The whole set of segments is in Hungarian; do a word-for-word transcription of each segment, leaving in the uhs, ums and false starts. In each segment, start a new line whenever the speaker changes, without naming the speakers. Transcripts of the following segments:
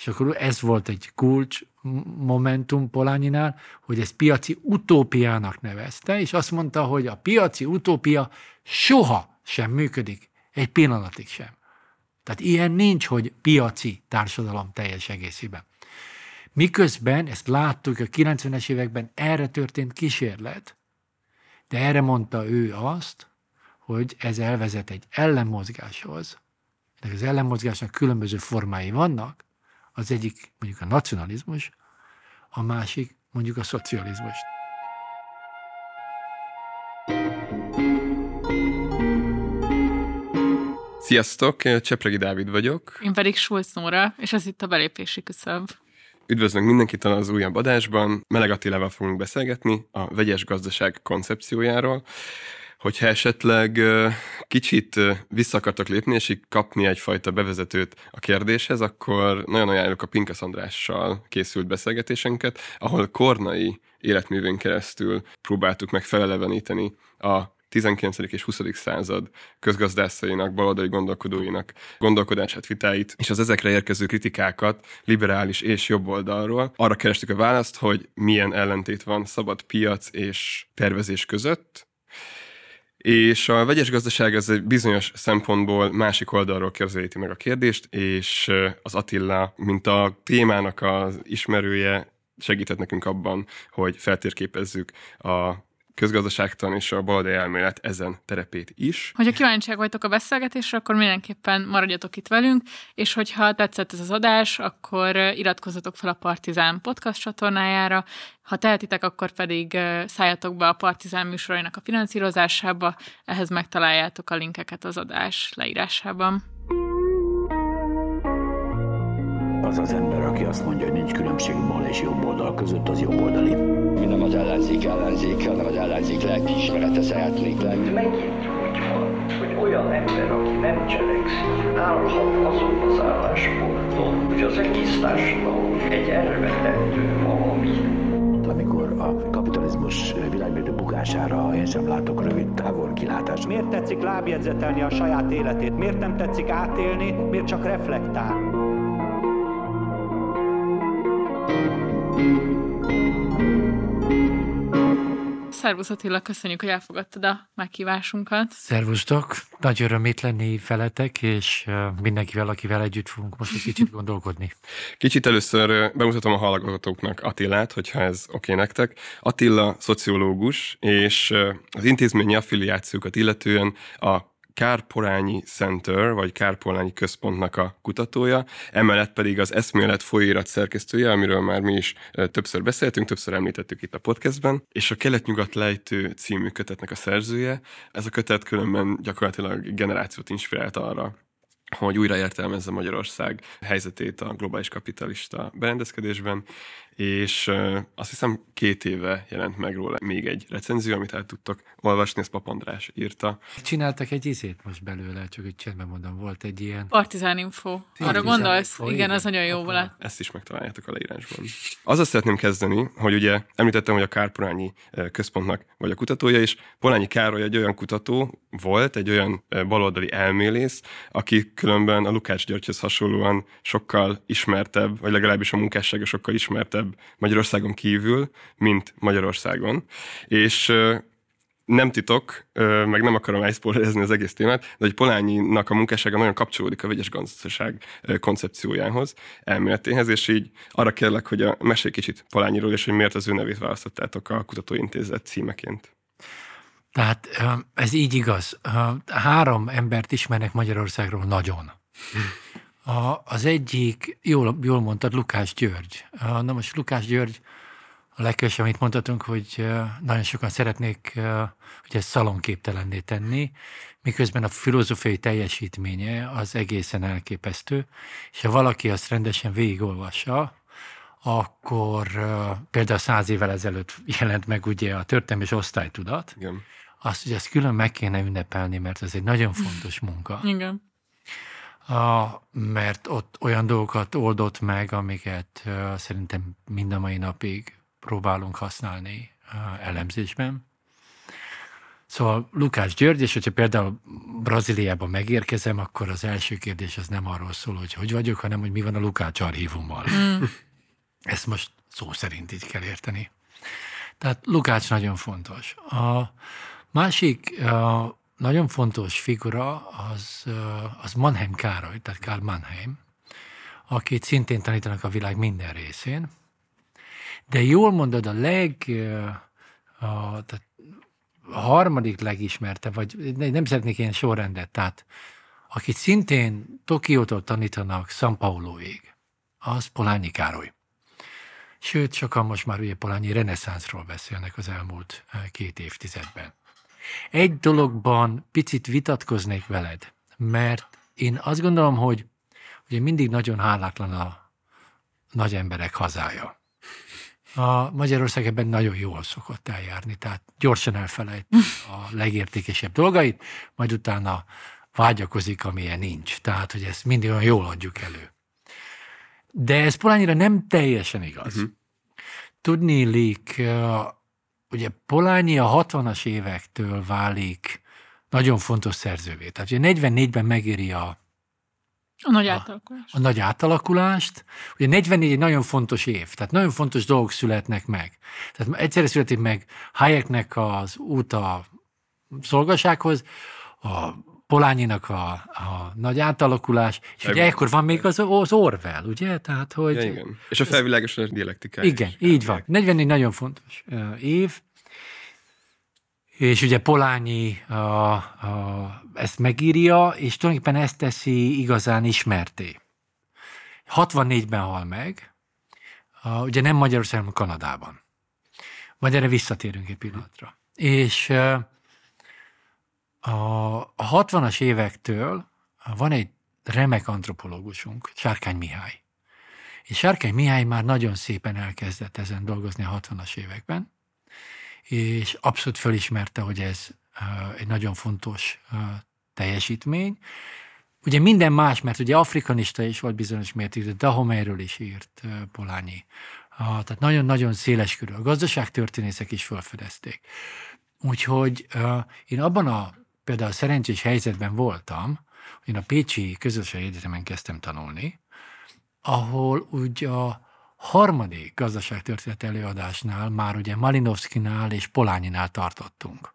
És akkor ez volt egy kulcs momentum Polanyi-nál, hogy ezt piaci utópiának nevezte, és azt mondta, hogy a piaci utópia soha sem működik, egy pillanatig sem. Tehát ilyen nincs, hogy piaci társadalom teljes egészében. Miközben, ezt láttuk a kilencvenes években, erre történt kísérlet, de erre mondta ő azt, hogy ez elvezet egy ellenmozgáshoz. De az ellenmozgásnak különböző formái vannak, az egyik mondjuk a nacionalizmus, a másik mondjuk a szocializmus.
Sziasztok, Csepregi Dávid vagyok.
Én pedig Schulz Nóra, és ez itt a belépési küszöb.
Üdvözlünk mindenkit az újabb adásban. Meleg Attilával fogunk beszélgetni a vegyes gazdaság koncepciójáról. Hogyha esetleg kicsit vissza akartok lépni, és így kapni egyfajta bevezetőt a kérdéshez, akkor nagyon ajánlok a Pinkasz Andrással készült beszélgetésünket, ahol Kornai életművén keresztül próbáltuk meg feleleveníteni a tizenkilencedik és huszadik század közgazdászainak, baloldali gondolkodóinak gondolkodását, vitáit, és az ezekre érkező kritikákat liberális és jobb oldalról. Arra kerestük a választ, hogy milyen ellentét van szabad piac és tervezés között, és a vegyes gazdaság ez egy bizonyos szempontból másik oldalról közelíti meg a kérdést, és az Attila, mint a témának az ismerője, segített nekünk abban, hogy feltérképezzük a közgazdaságtan és a baloldali elmélet ezen terepét is.
Hogyha kíváncsiak vagytok a beszélgetésre, akkor mindenképpen maradjatok itt velünk, és hogyha tetszett ez az adás, akkor iratkozzatok fel a Partizán podcast csatornájára, ha tehetitek, akkor pedig szálljatok be a Partizán műsorainak a finanszírozásába, ehhez megtaláljátok a linkeket az adás leírásában.
Az az ember, aki azt mondja, hogy nincs különbség bal és jobb oldal között, az jobb oldali.
Mi nem az ellenzék ellenzéke, hanem az ellenzék lelkiismerete szeretnék lenni.
Megint úgy van, hogy olyan ember, aki nem cselekszik, állhat azon az állásponton, hogy az egész társadalom egy elvetendő valami.
Amikor a kapitalizmus világmérdő bukására én sem látok rövid távol kilátást.
Miért tetszik lábjegyzetelni a saját életét? Miért nem tetszik átélni? Miért csak reflektál?
Szervusz Attila, köszönjük, hogy elfogadtad a meghívásunkat.
Szervusztok, nagy öröm itt lenni veletek, és mindenkivel, akivel együtt fogunk most egy kicsit gondolkodni.
Kicsit először bemutatom a hallgatóknak Attilát, hogyha ez oké nektek. Attila szociológus, és az intézményi affiliációkat illetően a Kárpolányi Center, vagy Kárpolányi Központnak a kutatója, emellett pedig az Eszmélet folyóirat szerkesztője, amiről már mi is többször beszéltünk, többször említettük itt a podcastben, és a Kelet-nyugat lejtő című kötetnek a szerzője. Ez a kötet különben gyakorlatilag generációt inspirált arra, hogy újra értelmezze Magyarország helyzetét a globális kapitalista berendezkedésben, és azt hiszem két éve jelent meg róla még egy recenzió, amit el tudtok olvasni, ezt Pap András írta.
Csináltak egy izét most belőle, csak hogy csendben mondom, volt egy ilyen...
Partizán Info. Arra gondolsz? Info, igen, igen, az nagyon jó volt.
Ezt is megtaláljátok a leírásban. Azzal szeretném kezdeni, hogy ugye említettem, hogy a Kárpolányi Központnak vagy a kutatója, és Polanyi Károly egy olyan kutató volt, egy olyan baloldali elmélész, aki különben a Lukács Györgyhöz hasonlóan sokkal ismertebb, vagy legalábbis a munkássága sokkal ismertebb Magyarországon kívül, mint Magyarországon. És nem titok, meg nem akarom elszpoilerezni az egész témát, de hogy Polanyinak a munkássága nagyon kapcsolódik a vegyes gazdaság koncepciójához, elméletéhez, és így arra kérlek, hogy a mesélj kicsit Polanyiról, és hogy miért az ő nevét választottátok a Kutatóintézet címeként.
Tehát ez így igaz. Három embert ismernek Magyarországról nagyon. A, az egyik, jól, jól mondtad, Lukács György. Na most Lukács György, a legkevesebb, amit mondhatunk, hogy nagyon sokan szeretnék, hogy ezt szalonképtelenné tenni, miközben a filozófiai teljesítménye az egészen elképesztő, és ha valaki azt rendesen végigolvassa, akkor például száz évvel ezelőtt jelent meg ugye a Történelmi és Osztálytudat,
Igen.
Azt, hogy ezt külön meg kéne ünnepelni, mert ez egy nagyon fontos munka.
Igen.
A, mert ott olyan dolgokat oldott meg, amiket uh, szerintem mind a mai napig próbálunk használni uh, elemzésben. Szóval Lukács György, és hogyha például Brazíliában megérkezem, akkor az első kérdés az nem arról szól, hogy hogy vagyok, hanem hogy mi van a Lukács archívummal. Mm. Ezt most szó szerint így kell érteni. Tehát Lukács nagyon fontos. A másik a nagyon fontos figura az, az Mannheim Károly, tehát Karl Mannheim, akit szintén tanítanak a világ minden részén. De jól mondod, a leg... A, tehát a harmadik legismertebb, vagy nem szeretnék ilyen sorrendet, tehát akit szintén Tokiótól tanítanak São Pauloig, az Polanyi Károly. Sőt, sokan most már ugye polányi reneszánszról beszélnek az elmúlt két évtizedben. Egy dologban picit vitatkoznék veled, mert én azt gondolom, hogy ugye mindig nagyon hálátlan a nagy emberek hazája. A Magyarország ebben nagyon jól szokott eljárni, tehát gyorsan elfelejt a legértékesebb dolgait, majd utána vágyakozik, amilyen nincs. Tehát, hogy ezt mindig olyan jól adjuk elő. De ez Polányira nem teljesen igaz. Uh-huh. Tudniillik, ugye Polányi a hatvanas évektől válik nagyon fontos szerzővé. Tehát ugye negyvennégyben megéri a
A nagy átalakulást.
A, a nagy átalakulást. Ugye negyvennégy egy nagyon fontos év, tehát nagyon fontos dolgok születnek meg. Tehát egyszerre születik meg Hayeknek az út a szolgasághoz, a Polányinak a, a nagy átalakulás, és ugye ekkor van még az, az Orwell, ugye? Tehát, hogy...
Ja, igen. És a felvilágosodás dialektikája.
Igen, így van. negyvennégy nagyon fontos uh, év, és ugye Polányi a, a, ezt megírja, és tulajdonképpen ezt teszi igazán ismerté. hatvannégyben hal meg, a, ugye nem Magyarországon, hanem Kanadában. Majd erre visszatérünk egy pillanatra. És a, a hatvanas évektől van egy remek antropológusunk, Sárkány Mihály. És Sárkány Mihály már nagyon szépen elkezdett ezen dolgozni a hatvanas években, és abszolút felismerte, hogy ez uh, egy nagyon fontos uh, teljesítmény. Ugye minden más, mert ugye afrikanista is volt bizonyos mértékig, de Dahomeyről is írt uh, Polanyi. Uh, tehát nagyon-nagyon széles körül. A gazdaságtörténészek is felfedezték. Úgyhogy uh, én abban a például szerencsés helyzetben voltam, hogy én a Pécsi Közösségi Egyetemen kezdtem tanulni, ahol ugye a harmadik gazdaságtörténet előadásnál már ugye Malinowskinál és Polányinál tartottunk.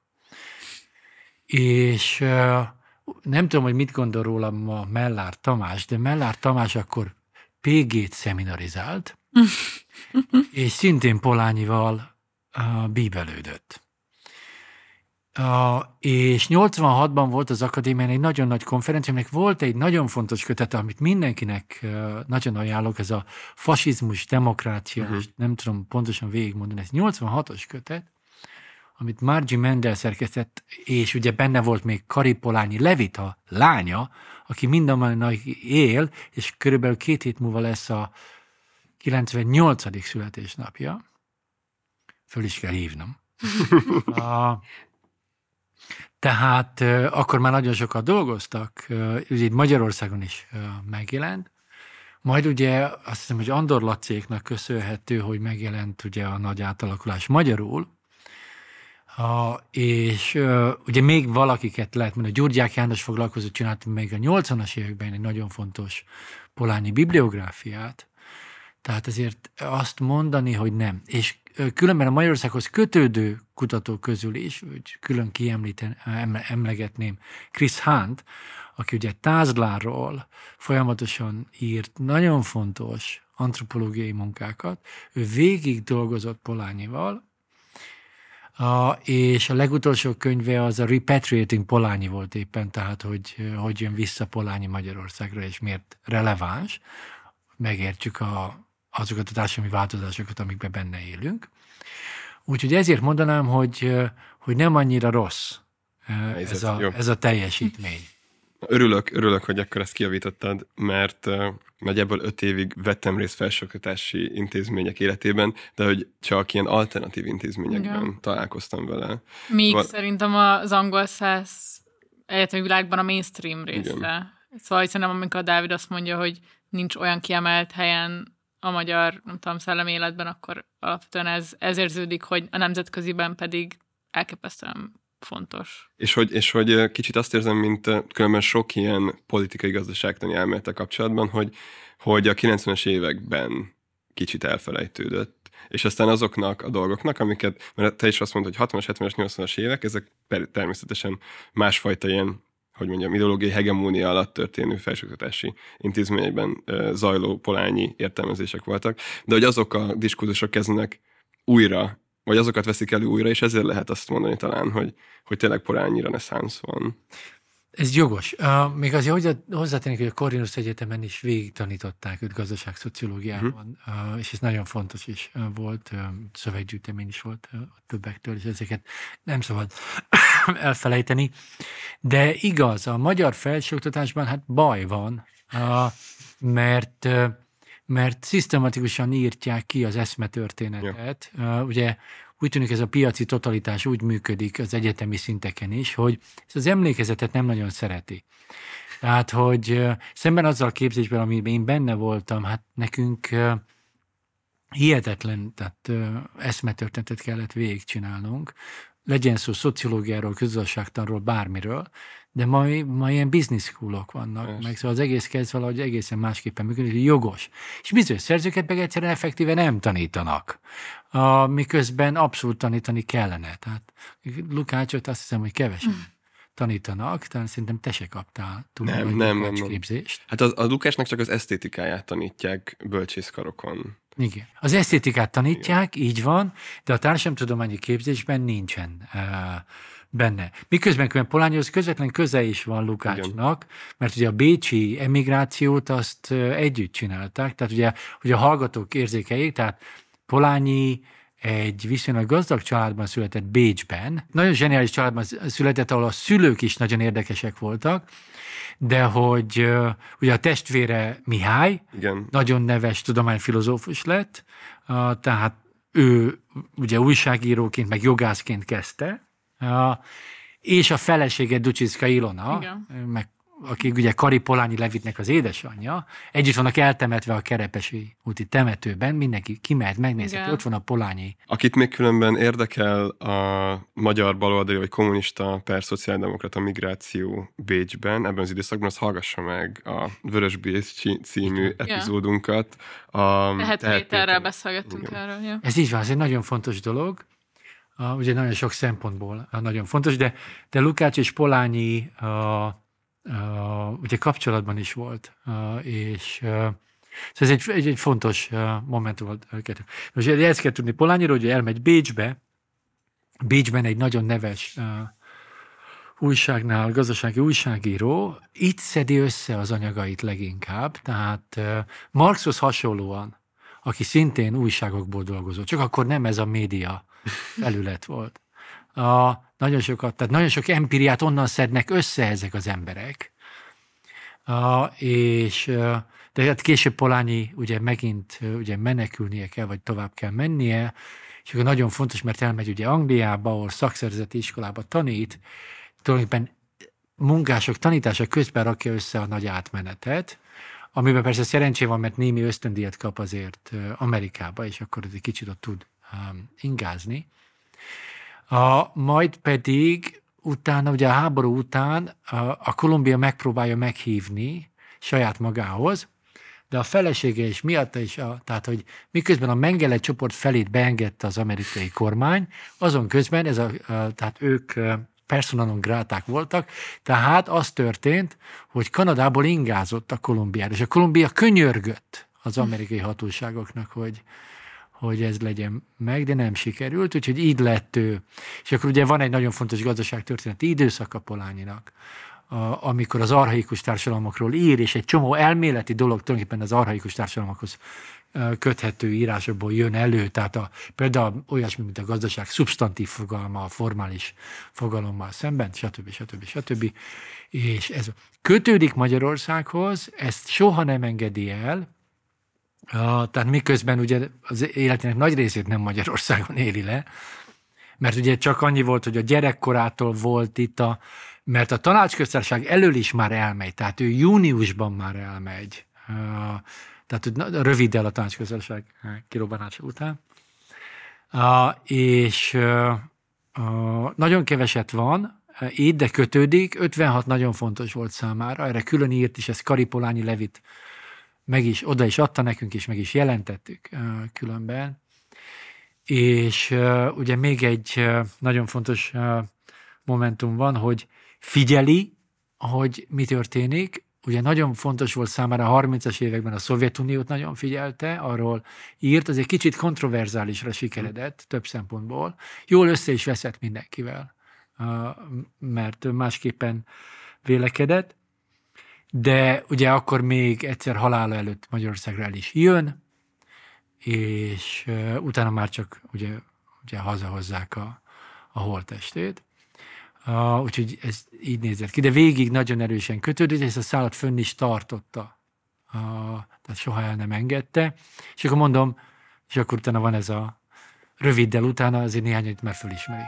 És nem tudom, hogy mit gondol rólam a Mellár Tamás, de Mellár Tamás akkor pé gét szeminarizált, és szintén Polányival bíbelődött. Uh, és nyolcvanhatban volt az akadémián egy nagyon nagy konferencia, aminek volt egy nagyon fontos kötete, amit mindenkinek uh, nagyon ajánlok, ez a fasizmus, demokrácia, uh-huh. nem tudom pontosan végigmondani, ez nyolcvanhatos kötet, amit Margie Mendel szerkesztett, és ugye benne volt még Kari Polányi Levita lánya, aki mindamellett él, és körülbelül két hét múlva lesz a kilencvennyolcadik születésnapja. Föl is kell hívnom. uh, Tehát uh, akkor már nagyon sokat dolgoztak, uh, ugye Magyarországon is uh, megjelent. Majd ugye azt hiszem, hogy Andor Lacéknak köszönhető, hogy megjelent ugye a nagy átalakulás magyarul, uh, és uh, ugye még valakiket lehet mondani, Gyurgyák János foglalkozott, csinált még a nyolcvanas években egy nagyon fontos polányi bibliográfiát, tehát ezért azt mondani, hogy nem. És különben a Magyarországhoz kötődő kutatók közül is, hogy külön kiemlíten, emlegetném Chris Hunt, aki ugye Tázlárról folyamatosan írt nagyon fontos antropológiai munkákat. Ő végig dolgozott Polányival, és a legutolsó könyve az a Repatriating Polányi volt éppen, tehát hogy, hogy jön vissza Polányi Magyarországra, és miért releváns. Megértjük a azokat a társadalmi változásokat, amikben benne élünk. Úgyhogy ezért mondanám, hogy, hogy nem annyira rossz ez a, ez a teljesítmény.
Örülök, örülök, hogy akkor ezt kijavítottad, mert uh, nagyjából öt évig vettem részt felsőoktatási intézmények életében, de hogy csak ilyen alternatív intézményekben igen. találkoztam vele.
Míg szóval... szerintem az angol száz egyetemi világban a mainstream része. Igen. Szóval szerintem, amikor a Dávid azt mondja, hogy nincs olyan kiemelt helyen a magyar, nem tudom, szellemi életben, akkor alapvetően ez, ez érződik, hogy a nemzetköziben pedig elképesztően fontos.
És hogy, és hogy kicsit azt érzem, mint különben sok ilyen politikai gazdaságtani elmélettel kapcsolatban, hogy, hogy a kilencvenes években kicsit elfelejtődött, és aztán azoknak a dolgoknak, amiket, mert te is azt mondod, hogy hatvanas, hetvenes, nyolcvanas évek, ezek természetesen másfajta ilyen, hogy mondjam, ideológiai hegemónia alatt történő felsőoktatási intézményekben zajló polányi értelmezések voltak, de hogy azok a diskurzusok kezdenek újra, vagy azokat veszik elő újra, és ezért lehet azt mondani talán, hogy, hogy tényleg polányi reneszánsz van.
Ez jogos. Uh, még azért hozzátennék, hogy a Corvinus Egyetemen is végig tanították őt gazdaságszociológiában, uh-huh. uh, és ez nagyon fontos is uh, volt, uh, szöveggyűjtemény is volt uh, a többektől, és ezeket nem szabad elfelejteni. De igaz, a magyar felsőoktatásban hát baj van, uh, mert, uh, mert szisztematikusan írtják ki az eszmetörténetet. Ja. Uh, ugye úgy tűnik, ez a piaci totalitás úgy működik az egyetemi szinteken is, hogy ez az emlékezetet nem nagyon szereti. Tehát, hogy szemben azzal a képzésben, amiben én benne voltam, hát nekünk hihetetlen, tehát eszmetörténetet kellett végigcsinálnunk, legyen szó szociológiáról, közgazdaságtanról, bármiről, de ma, ma ilyen business schoolok vannak, Persze. meg szóval az egész kezd valahogy egészen másképpen működik, hogy jogos. És bizonyos szerzőket meg egyszerűen effektíven nem tanítanak, a, miközben abszolút tanítani kellene. Tehát Lukácsot azt hiszem, hogy kevesen mm. tanítanak, tehát szerintem te se kaptál túl
nem,
nagy
nem, nem,
képzést.
Hát a, a Lukásnak csak az esztétikáját tanítják bölcsészkarokon.
Igen. Az esztétikát tanítják, Igen. így van, de a társadalomtudományi képzésben nincsen uh, benne. Miközben Polányihoz közvetlen köze is van Lukácsnak, Igen. mert ugye a bécsi emigrációt azt uh, együtt csinálták, tehát ugye, hogy a hallgatók érzékeljék, tehát Polányi egy viszonylag gazdag családban született Bécsben. Nagyon zseniális családban született, ahol a szülők is nagyon érdekesek voltak, de hogy uh, ugye a testvére Mihály, Igen. nagyon neves tudományfilozófus lett, uh, tehát ő ugye újságíróként, meg jogászként kezdte, uh, és a felesége Ducsiszka Ilona, Igen. meg akik ugye Kari Polányi Levitnek az édesanyja, együtt vannak eltemetve a Kerepesi úti temetőben, mindenki kimehet, megnézheti, ott van a Polányi.
Akit még különben érdekel a magyar baloldali vagy kommunista per szociáldemokrata migráció Bécsben, ebben az időszakban, az hallgassa meg a Vörös Bécs című Igen. epizódunkat. A
Tehet Péterrel beszélgettünk Igen. erről. Ja.
Ez így van, ez egy nagyon fontos dolog. Uh, ugye nagyon sok szempontból uh, nagyon fontos, de, de Lukács és Polányi uh, Uh, ugye kapcsolatban is volt, uh, és uh, szóval ez egy, egy, egy fontos uh, momentum volt. Uh, Most ezt kell tudni Polányiról, hogy elmegy Bécsbe, Bécsben egy nagyon neves uh, újságnál, gazdasági újságíró, itt szedi össze az anyagait leginkább, tehát uh, Marxhoz hasonlóan, aki szintén újságokból dolgozott, csak akkor nem ez a média felület volt. A, nagyon sokat, tehát nagyon sok empíriát onnan szednek össze ezek az emberek. A, és de hát később Polányi ugye megint ugye menekülnie kell, vagy tovább kell mennie, és akkor nagyon fontos, mert elmegy ugye Angliába, ahol szakszervezeti iskolába tanít, tulajdonképpen munkások tanítása közben rakja össze a nagy átmenetet, amiben persze szerencsé van, mert némi ösztöndíjat kap azért Amerikába, és akkor egy kicsit ott tud um, ingázni. A, majd pedig utána, ugye a háború után a, a Kolumbia megpróbálja meghívni saját magához, de a felesége is miatta is, a, tehát hogy miközben a Mengele csoport felét beengedte az amerikai kormány, azon közben ez a, a, tehát ők persona non gráták voltak, tehát az történt, hogy Kanadából ingázott a Kolumbiára, és a Kolumbia könyörgött az amerikai hatóságoknak, hogy hogy ez legyen meg, de nem sikerült, úgyhogy így lett ő. És akkor ugye van egy nagyon fontos gazdaságtörténeti időszaka Polányinak, amikor az archaikus társadalmakról ír, és egy csomó elméleti dolog tulajdonképpen az archaikus társadalmakhoz köthető írásokból jön elő, tehát a, például olyasmi, mint a gazdaság szubstantív fogalma, a formális fogalommal szemben, stb. stb. stb. És ez kötődik Magyarországhoz, ezt soha nem engedi el, Uh, tehát miközben ugye az életének nagy részét nem Magyarországon éli le, mert ugye csak annyi volt, hogy a gyerekkorától volt itt a, mert a tanácsköztársaság elől is már elmegy, tehát ő júniusban már elmegy, uh, tehát röviddel a tanácsköztársaság kirobbanása után, uh, és, uh, Uh, nagyon keveset van, így, de kötődik, ötvenhat nagyon fontos volt számára, erre külön írt is, ez Kari Polányi Levit meg is, oda is adta nekünk, és meg is jelentettük uh, különben. És uh, ugye még egy uh, nagyon fontos uh, momentum van, hogy figyeli, hogy mi történik. Ugye nagyon fontos volt számára a harmincas években a Szovjetuniót nagyon figyelte, arról írt, az egy kicsit kontroverzálisra sikeredett több szempontból. Jól össze is veszett mindenkivel, mert másképpen vélekedett, de ugye akkor még egyszer halála előtt Magyarországra el is jön, és utána már csak ugye, ugye hazahozzák a, a holttestét. Uh, úgyhogy ez így nézett ki, de végig nagyon erősen kötődött, és a szállat fönn is tartotta. Uh, tehát soha el nem engedte. És akkor mondom, és akkor utána van ez a röviddel utána, azért néhányat már fölismerik.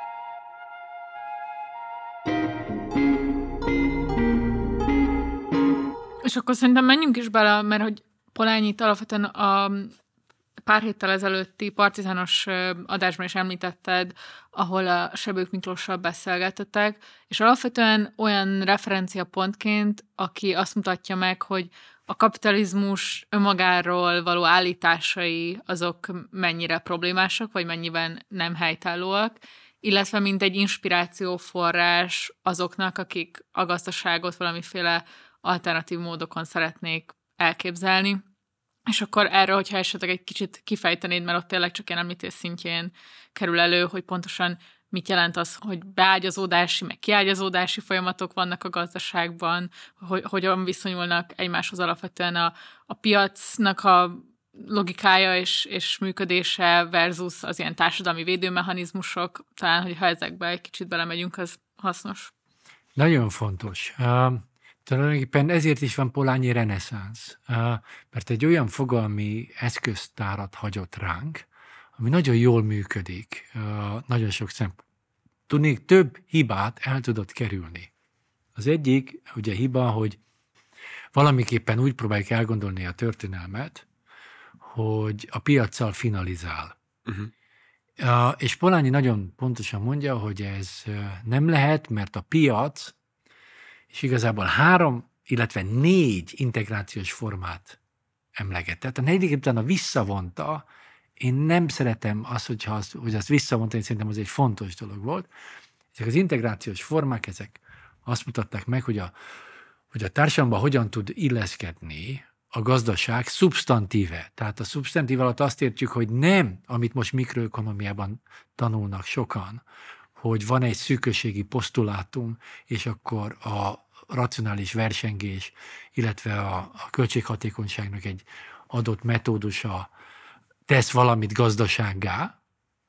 És akkor szerintem menjünk is bele, mert hogy Polányit alapvetően a pár héttel ezelőtti partizános adásban is említetted, ahol a Sebők Miklóssal beszélgettetek, és alapvetően olyan referenciapontként, aki azt mutatja meg, hogy a kapitalizmus önmagáról való állításai azok mennyire problémásak, vagy mennyiben nem helytállóak, illetve mint egy inspirációforrás azoknak, akik a gazdaságot valamiféle alternatív módokon szeretnék elképzelni. És akkor erről, hogyha esetleg egy kicsit kifejtenéd, mert ott tényleg csak ilyen említés szintjén kerül elő, hogy pontosan mit jelent az, hogy beágyazódási, meg kiágyazódási folyamatok vannak a gazdaságban, hogy hogyan viszonyulnak egymáshoz alapvetően a, a piacnak a logikája és, és működése versus az ilyen társadalmi védőmechanizmusok. Talán, hogyha ezekbe egy kicsit belemegyünk, az hasznos.
Nagyon fontos. Uh... Tulajdonképpen ezért is van Polányi reneszánsz, mert egy olyan fogalmi eszköztárat hagyott ránk, ami nagyon jól működik, nagyon sok szempont. Tudnék, több hibát el tudott kerülni. Az egyik, ugye hiba, hogy valamiképpen úgy próbáljuk elgondolni a történelmet, hogy a piaccal finalizál. Uh-huh. És Polányi nagyon pontosan mondja, hogy ez nem lehet, mert a piac és igazából három, illetve négy integrációs formát emlegetett. A negyedik utána visszavonta, én nem szeretem azt, hogyha azt, hogy azt visszavonta, én szerintem az egy fontos dolog volt. Ezek az integrációs formák, ezek azt mutatták meg, hogy a, hogy a társadalomban hogyan tud illeszkedni a gazdaság szubstantíve. Tehát a szubstantív alatt azt értjük, hogy nem, amit most mikroökonomiában tanulnak sokan, hogy van egy szűkösségi posztulátum, és akkor a racionális versengés, illetve a, a költséghatékonyságnak egy adott metódusa tesz valamit gazdasággá,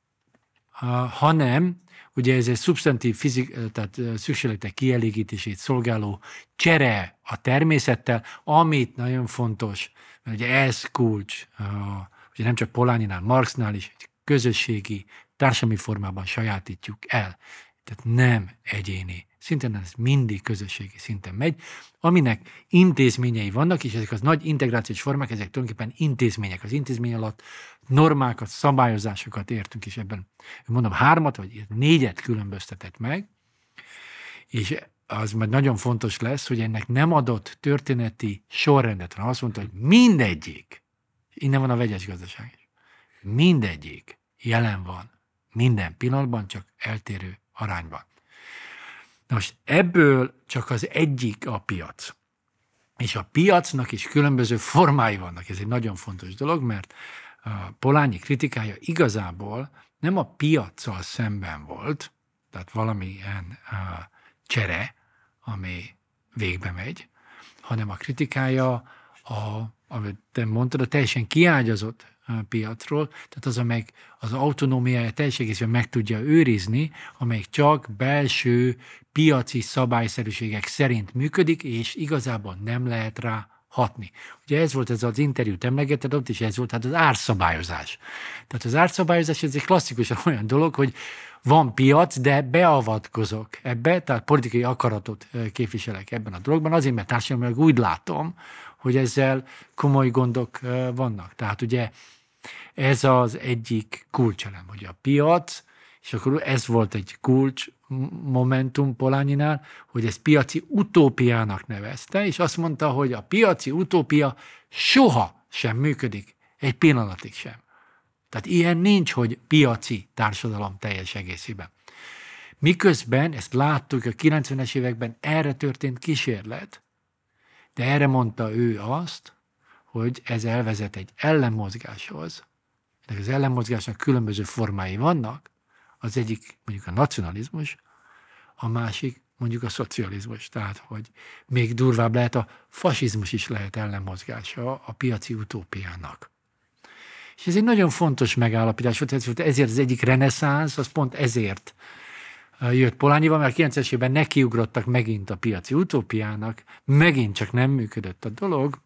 hanem ugye ez egy szubstantív fizik, tehát szükségletek kielégítését szolgáló csere a természettel, amit nagyon fontos, mert ugye ez kulcs, ugye nem csak Polányinál, Marxnál is, egy közösségi, társadalmi formában sajátítjuk el. Tehát nem egyéni szinten, ez mindig közösségi szinten megy, aminek intézményei vannak, és ezek az nagy integrációs formák, ezek tulajdonképpen intézmények. Az intézmény alatt normákat, szabályozásokat értünk, és ebben mondom hármat, vagy négyet különböztetett meg, és az majd nagyon fontos lesz, hogy ennek nem adott történeti sorrendet, hanem azt mondta, hogy mindegyik, innen van a vegyes gazdaság is, mindegyik jelen van minden pillanatban, csak eltérő arányban. Na most ebből csak az egyik a piac. És a piacnak is különböző formái vannak. Ez egy nagyon fontos dolog, mert a Polányi kritikája igazából nem a piaccal szemben volt, tehát valamilyen uh, csere, ami végbe megy, hanem a kritikája, a, amit te mondtad, a teljesen kiágyazott piacról, tehát az, amelyik az autonómiáját teljes egészben meg tudja őrizni, amelyik csak belső piaci szabályszerűségek szerint működik, és igazából nem lehet rá hatni. Ugye ez volt ez az interjút emlegeted, ott is ez volt hát az árszabályozás. Tehát az árszabályozás ez egy klasszikusan olyan dolog, hogy van piac, de beavatkozok ebbe, tehát politikai akaratot képviselek ebben a dologban, azért, mert társadalmilag úgy látom, hogy ezzel komoly gondok vannak. Tehát ugye ez az egyik kulcselem, hogy a piac, és És akkor ez volt egy kulcs momentum Polanyiinál, hogy ezt piaci utópiának nevezte, és azt mondta, hogy a piaci utópia soha sem működik, egy pillanatig sem. Tehát ilyen nincs, hogy piaci társadalom teljes egészében. Miközben, ezt láttuk a kilencvenes években, erre történt kísérlet, de erre mondta ő azt, hogy ez elvezet egy ellenmozgáshoz. De az ellenmozgásnak különböző formái vannak, az egyik mondjuk a nacionalizmus, a másik mondjuk a szocializmus. Tehát, hogy még durvább lehet, a fasizmus is lehet ellenmozgása a piaci utópiának. És ez egy nagyon fontos megállapítás volt, ezért az egyik reneszánsz, az pont ezért jött Polanyival, mert a kilencvenes évben nekiugrottak megint a piaci utópiának, megint csak nem működött a dolog,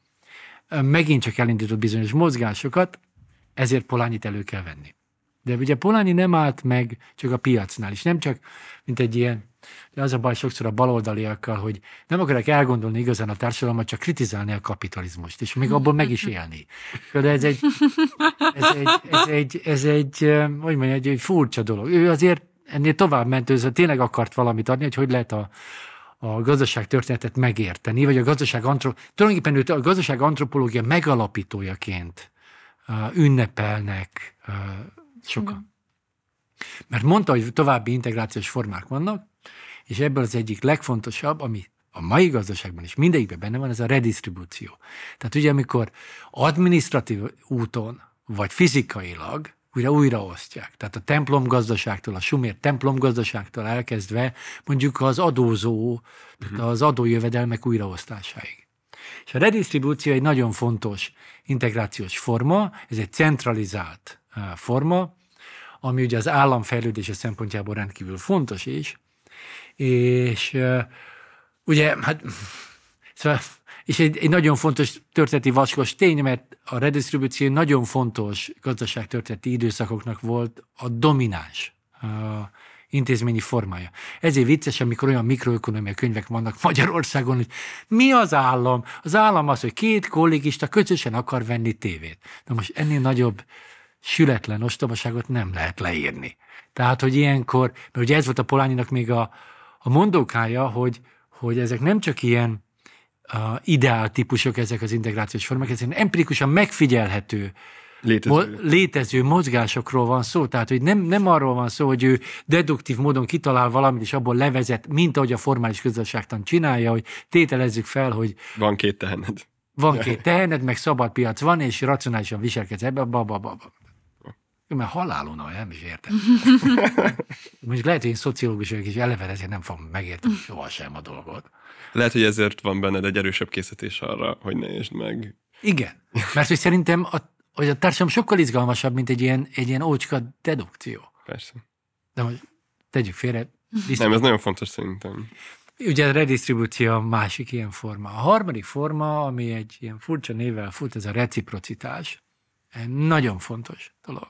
megint csak elindított bizonyos mozgásokat, ezért Polanyit elő kell venni. De ugye Polanyi nem állt meg csak a piacnál is, nem csak, mint egy ilyen, de az a baj sokszor a baloldaliakkal, hogy nem akarják elgondolni igazán a társadalmat, csak kritizálni a kapitalizmust, és még abból meg is élni. De ez egy, ez egy, ez egy, ez egy, hogy mondja, egy, egy furcsa dolog. Ő azért ennél tovább ment, ő tényleg akart valamit adni, hogy hogy lehet a, a gazdaság történetet megérteni, vagy a gazdaság antro, tulajdonképpen őt a gazdaság antropológia megalapítójaként uh, ünnepelnek uh, sokan. Mm. Mert mondta, hogy további integrációs formák vannak, és ebből az egyik legfontosabb, ami a mai gazdaságban is mindegyikben benne van, ez a redistribúció. Tehát ugye, amikor adminisztratív úton, vagy fizikailag újra újraosztják. Tehát a templomgazdaságtól, a sumér templomgazdaságtól elkezdve mondjuk az adózó, uh-huh. az adójövedelmek újraosztásáig. És a redistribúció egy nagyon fontos integrációs forma, ez egy centralizált uh, forma, ami ugye az állam fejlődése szempontjából rendkívül fontos is, és uh, ugye, hát, szóval, és egy, egy nagyon fontos történeti vaskos tény, mert a redistribúció nagyon fontos gazdaságtörténeti időszakoknak volt a domináns uh, intézményi formája. Ezért vicces, amikor olyan mikroökonomia könyvek vannak Magyarországon, hogy mi az állam? Az állam az, hogy két kollégista közösen akar venni tévét. Na most ennél nagyobb sületlen ostobaságot nem lehet leírni. Tehát, hogy ilyenkor, mert ugye ez volt a Polanyinak még a, a mondókája, hogy, hogy ezek nem csak ilyen uh, ideál típusok, ezek az integrációs formák, ezek empirikusan megfigyelhető, létező. Mo- létező mozgásokról van szó. Tehát, hogy nem, nem arról van szó, hogy ő deduktív módon kitalál valamit, és abból levezet, mint ahogy a formális gazdaságtan csinálja, hogy tételezzük fel, hogy
van két tehened.
Van két tehened, meg szabad piac van, és racionálisan viselkedsz ebbe, babababa. Ba, ba. Mert halálon, nem is értem. Mondjuk lehet, hogy én szociológus vagyok, és eleve ezért nem fogom megérteni sohasem a dolgot.
Lehet, hogy ezért van benned egy erősebb készítés arra, hogy ne értsd meg.
Igen, mert hogy szerintem a, hogy a társadalom sokkal izgalmasabb, mint egy ilyen, egy ilyen ócska dedukció.
Persze.
De most tegyük félre.
Nem, ez nagyon fontos szerintem.
Ugye a redistribúció a másik ilyen forma. A harmadik forma, ami egy ilyen furcsa névvel fut, ez a reciprocitás. Egy nagyon fontos dolog.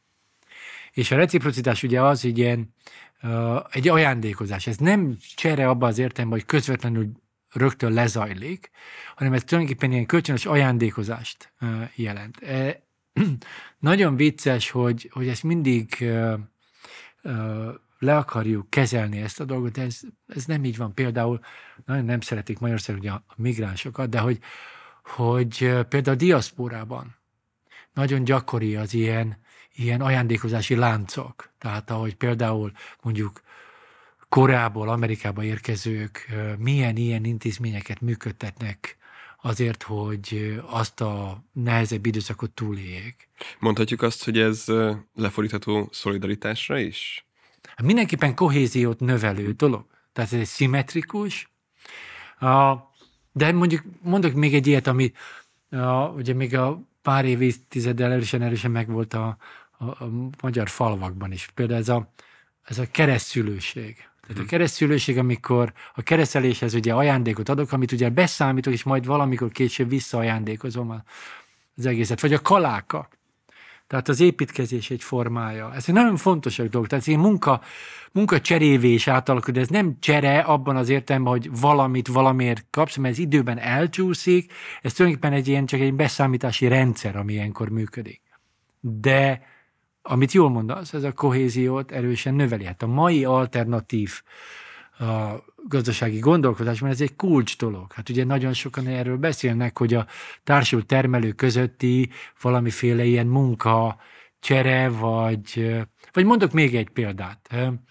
És a reciprocitás ugye az, hogy ilyen, uh, egy ajándékozás. Ez nem csere abban az értelemben, hogy közvetlenül rögtön lezajlik, hanem ez tulajdonképpen ilyen kölcsönös ajándékozást uh, jelent. E, nagyon vicces, hogy, hogy ezt mindig uh, uh, le akarjuk kezelni ezt a dolgot, de ez, ez nem így van. Például nagyon nem szeretik Magyarországon ugye a migránsokat, de hogy, hogy uh, például a diaszpórában nagyon gyakori az ilyen ilyen ajándékozási láncok. Tehát ahogy például mondjuk Koreából, Amerikába érkezők milyen ilyen intézményeket működtetnek azért, hogy azt a nehezebb időszakot túléljék.
Mondhatjuk azt, hogy ez lefordítható szolidaritásra is?
Mindenképpen kohéziót növelő dolog. Tehát ez egy szimmetrikus, de mondjuk mondok még egy ilyet, ami ugye még a pár évtizeddel erősen, erősen megvolt a A, a magyar falvakban is. Például ez a, ez a keresztszülőség. Tehát a keresztszülőség, amikor a kereszteléshez ugye ajándékot adok, amit ugye beszámítok, és majd valamikor később visszaajándékozom az egészet. Vagy a kaláka. Tehát az építkezés egy formája. Ez egy nagyon fontos dolog. Tehát ez egy munka, munka cserévé is átalakul, de ez nem csere abban az értelemben, hogy valamit valamiért kapsz, mert ez időben elcsúszik. Ez tulajdonképpen egy ilyen csak egy beszámítási rendszer, ami ilyenkor működik. De amit jól mondasz, ez a kohéziót erősen növeli. Hát a mai alternatív a gazdasági gondolkodásban ez egy kulcs dolog. Hát ugye nagyon sokan erről beszélnek, hogy a társult termelő közötti valamiféle ilyen munka, csere, vagy, vagy mondok még egy példát.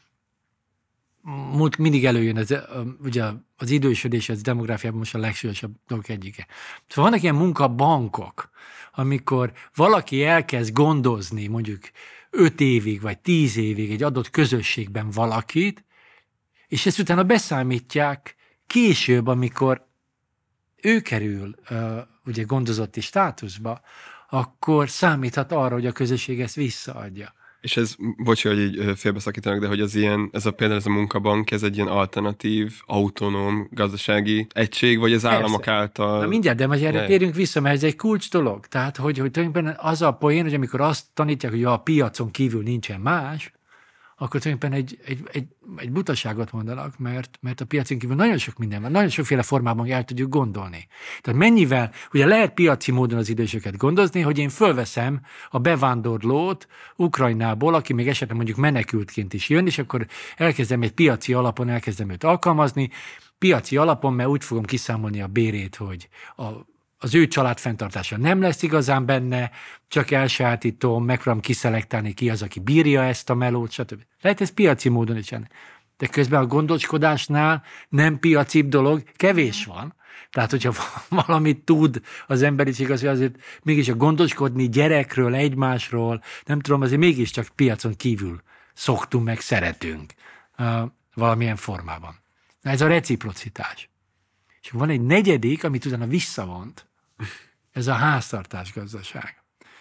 Mindig előjön, ez, ugye az idősödés, ez demográfiában most a legsúlyosabb dolgok egyike. Szóval vannak ilyen munkabankok, amikor valaki elkezd gondozni mondjuk öt évig, vagy tíz évig egy adott közösségben valakit, és ezt utána beszámítják később, amikor ő kerül uh, ugye gondozotti státuszba, akkor számíthat arra, hogy a közösség ezt visszaadja.
És ez, bocsi, hogy így félbeszakítanak, de hogy az ilyen, ez a például ez a munkabank, ez egy ilyen alternatív, autonóm gazdasági egység, vagy az Persze. államok által...
Na mindjárt, de most erre térünk vissza, mert ez egy kulcs dolog. Tehát, hogy, hogy tulajdonképpen az a poén, hogy amikor azt tanítják, hogy a piacon kívül nincsen más, akkor tulajdonképpen egy, egy, egy, egy butaságot mondanak, mert, mert a piacon kívül nagyon sok minden van, nagyon sokféle formában el tudjuk gondolni. Tehát mennyivel, ugye lehet piaci módon az idősöket gondozni, hogy én fölveszem a bevándorlót Ukrajnából, aki még esetleg mondjuk menekültként is jön, és akkor elkezdem egy piaci alapon, elkezdem őt alkalmazni, piaci alapon, mert úgy fogom kiszámolni a bérét, hogy a az ő család fenntartása nem lesz igazán benne, csak elsajátítom, megpróbálom kiszelektálni ki az, aki bírja ezt a melót, stb. Lehet ez piaci módon is csinálni. De közben a gondoskodásnál nem piacibb dolog, kevés van. Tehát, hogyha valamit tud az emberiség, az, azért mégis a gondoskodni gyerekről, egymásról, nem tudom, azért mégiscsak piacon kívül szoktunk meg, szeretünk uh, valamilyen formában. Na, ez a reciprocitás. És van egy negyedik, amit utána visszavont, ez a háztartás gazdaság.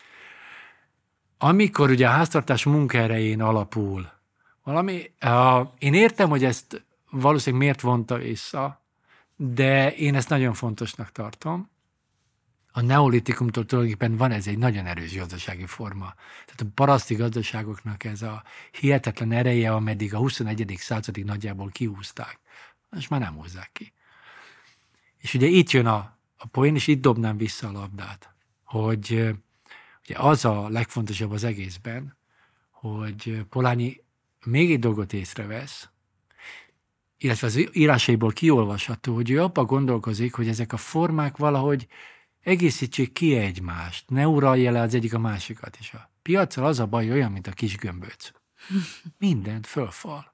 Amikor ugye a háztartás munkaerején alapul valami, uh, én értem, hogy ezt valószínűleg miért vonta vissza, de én ezt nagyon fontosnak tartom. A neolitikumtól tulajdonképpen van ez egy nagyon erős gazdasági forma. Tehát a paraszti gazdaságoknak ez a hihetetlen ereje, ameddig a huszonegyedik századig nagyjából kihúzták. Most már nem húzzák ki. És ugye itt jön a, a poén, és itt dobnám vissza a labdát, hogy ugye az a legfontosabb az egészben, hogy Polanyi még egy dolgot észrevesz, illetve az írásaiból kiolvasható, hogy ő abban gondolkozik, hogy ezek a formák valahogy egészítsék ki egymást, ne uralja le az egyik a másikat. És a piaccal az a baj, olyan, mint a kis gömböc. Mindent fölfal.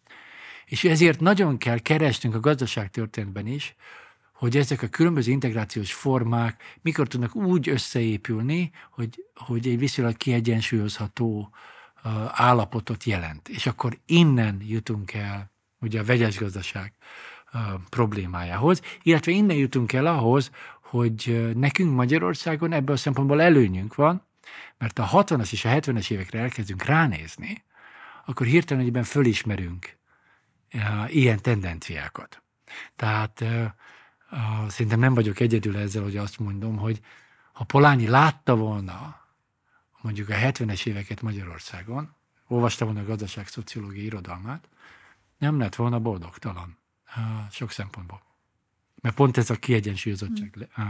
És ezért nagyon kell keresnünk a gazdaságtörténetben is, hogy ezek a különböző integrációs formák mikor tudnak úgy összeépülni, hogy, hogy egy viszonylag kiegyensúlyozható uh, állapotot jelent. És akkor innen jutunk el ugye a vegyes gazdaság uh, problémájához, illetve innen jutunk el ahhoz, hogy uh, nekünk Magyarországon ebből a szempontból előnyünk van, mert a hatvanas és a hetvenes évekre elkezdünk ránézni, akkor hirtelen egyben fölismerünk uh, ilyen tendenciákat. Tehát uh, Uh, szerintem nem vagyok egyedül ezzel, hogy azt mondom, hogy ha Polanyi látta volna mondjuk a hetvenes éveket Magyarországon, olvasta volna a gazdaságszociológiai irodalmát, nem lett volna boldogtalan uh, sok szempontból. Mert pont ez a kiegyensúlyozottság. Uh,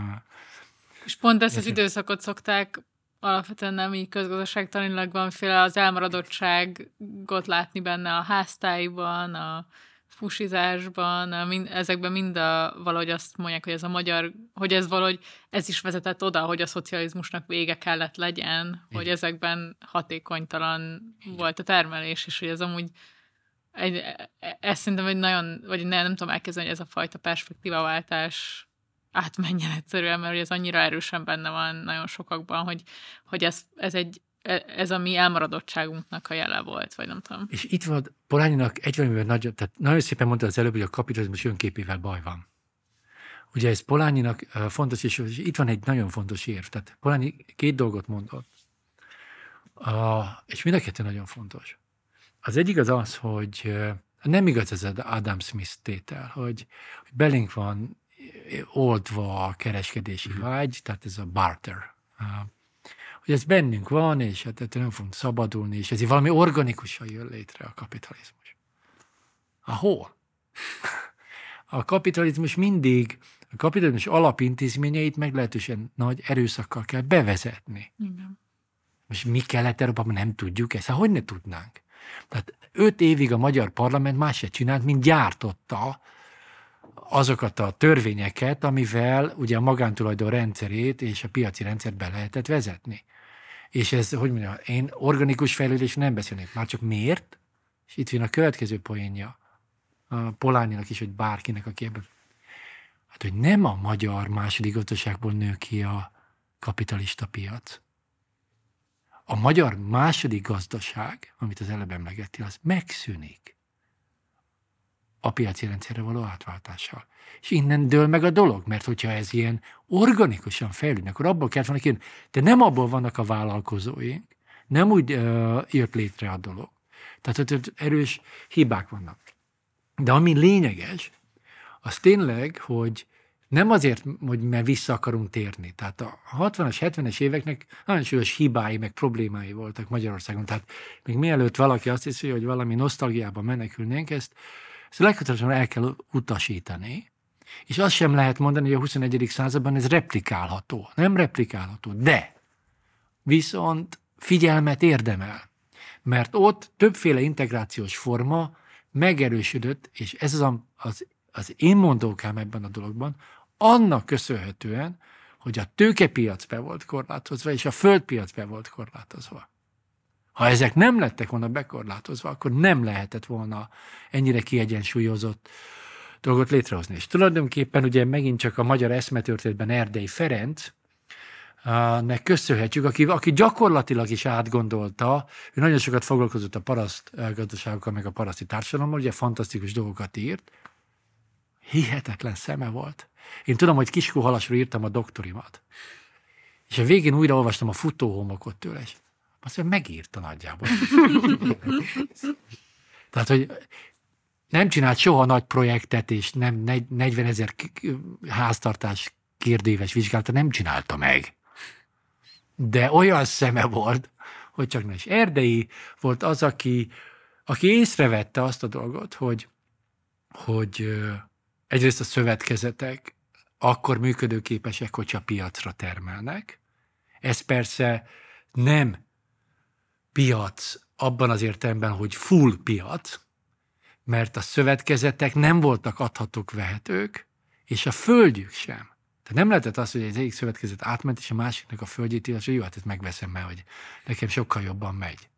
És pont ezt az időszakot szokták alapvetően nem így közgazdaságtanilag valamiféle az elmaradottságot látni benne a háztáiban, a fusizásban, a, mind, ezekben mind a, valahogy azt mondják, hogy ez a magyar, hogy ez valahogy, ez is vezetett oda, hogy a szocializmusnak vége kellett legyen, igen. Hogy ezekben hatékonytalan igen. Volt a termelés, és hogy ez amúgy egy, ez szerintem egy nagyon, vagy nem, nem tudom elképzelni, hogy ez a fajta perspektívaváltás átmenjen egyszerűen, mert hogy ez annyira erősen benne van nagyon sokakban, hogy, hogy ez, ez egy ez a mi elmaradottságunknak a jele volt, vagy nem tudom.
És itt van Polányinak egy valamivel nagyon, tehát nagyon szépen mondta az előbb, hogy a kapitalizmus önképével baj van. Ugye ez Polányinak fontos, és itt van egy nagyon fontos érv. Tehát Polányi két dolgot mondott, és mind a kettő nagyon fontos. Az egyik az az, hogy nem igaz ez az Adam Smith tétel, hogy, hogy belénk van oldva a kereskedési vágy, tehát ez a barter. Hogy ez bennünk van, és hát ettől nem fogunk szabadulni, és ezért valami organikusan jön létre a kapitalizmus. Ahol? A kapitalizmus mindig, a kapitalizmus alapintézményeit meglehetősen nagy erőszakkal kell bevezetni.
Igen.
Most mi Kelet-Európában nem tudjuk ezt? Hát hogy ne tudnánk? Tehát öt évig a magyar parlament más se csinált, mint gyártotta azokat a törvényeket, amivel ugye a magántulajdon rendszerét és a piaci rendszert be lehetett vezetni. És ez, hogy mondjam, én organikus fejlődés nem beszélnék. Már csak miért? És itt van a következő poénja a Polanyinak is, hogy bárkinek, aki ebben. Hát, hogy nem a magyar második gazdaságból nő ki a kapitalista piac. A magyar második gazdaság, amit az előbb emlegettél, az megszűnik a piaci rendszerre való átváltással. És innen dől meg a dolog, mert hogyha ez ilyen organikusan fejlődne, akkor abból kellett volna kijönni. De nem abból vannak a vállalkozóink, nem úgy uh, jött létre a dolog. Tehát ott erős hibák vannak. De ami lényeges, az tényleg, hogy nem azért, hogy mert vissza akarunk térni. Tehát a hatvanas, hetvenes éveknek nagyon súlyos hibái, meg problémái voltak Magyarországon. Tehát még mielőtt valaki azt hiszi, hogy valami nosztalgiába menekülnénk, ezt, ezt legkötelezően el kell utasítani. És azt sem lehet mondani, hogy a huszonegyedik században ez replikálható. Nem replikálható, de viszont figyelmet érdemel. Mert ott többféle integrációs forma megerősödött, és ez az, a, az, az én mondókám ebben a dologban, annak köszönhetően, hogy a tőkepiac be volt korlátozva, és a földpiac be volt korlátozva. Ha ezek nem lettek volna bekorlátozva, akkor nem lehetett volna ennyire kiegyensúlyozott dolgot létrehozni. És tulajdonképpen ugye megint csak a magyar eszmetörténetben Erdei Ferenc, nek köszönhetjük, aki, aki gyakorlatilag is átgondolta, ő nagyon sokat foglalkozott a paraszt gazdaságokkal, meg a paraszti társadalommal, ugye fantasztikus dolgokat írt, hihetetlen szeme volt. Én tudom, hogy Kiskó-Halasról írtam a doktorimat, és a végén újra olvastam a Futóhomokot tőle, és azt mondja, megírta nagyjából. Tehát, hogy nem csinált soha nagy projektet, és nem negyvenezer háztartás kérdéves vizsgálata nem csinálta meg. De olyan szeme volt, hogy csak nem is. Erdei volt az, aki, aki észrevette azt a dolgot, hogy, hogy egyrészt a szövetkezetek akkor működőképesek, hogyha piacra termelnek. Ez persze nem piac abban az értelemben, hogy full piac, mert a szövetkezetek nem voltak adhatók, vehetők, és a földjük sem. Tehát nem lehetett az, hogy az egyik szövetkezet átment, és a másiknak a földjét illetve, hogy jó, hát ezt megveszem, mert hogy nekem sokkal jobban megy.